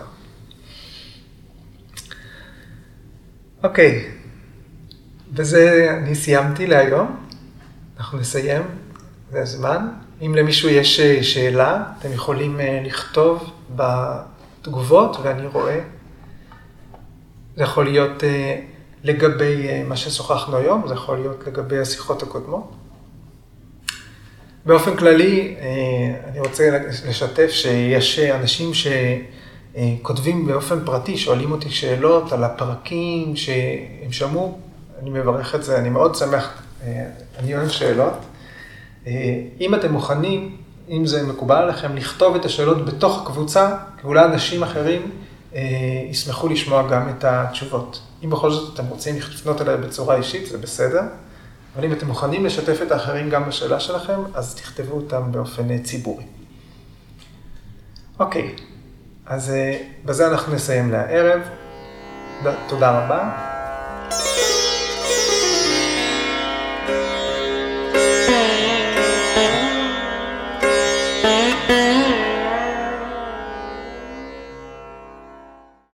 אוקיי, וזה אני סיימתי להיום, אנחנו נסיים, זה הזמן. אם למישהו יש שאלה, אתם יכולים לכתוב בתגובות, ואני רואה. זה יכול להיות לגבי מה ששוחחנו היום, זה יכול להיות לגבי השיחות הקודמות. באופן כללי, אני רוצה לשתף שיש אנשים שכותבים באופן פרטי, שואלים אותי שאלות על הפרקים שהם שמעו, אני מברך את זה, אני מאוד שמח, אני אוהב שאלות. אם אתם מוכנים, אם זה מקובל עליכם, לכתוב את השאלות בתוך הקבוצה, כי אולי אנשים אחרים ישמחו לשמוע גם את התשובות. אם בכל זאת אתם רוצים לפנות אליי בצורה אישית, זה בסדר. אבל אם אתם מוכנים לשתף את האחרים גם בשאלה שלכם, אז תכתבו אותם באופן ציבורי. אוקיי, אז בזה אנחנו נסיים לערב. תודה רבה.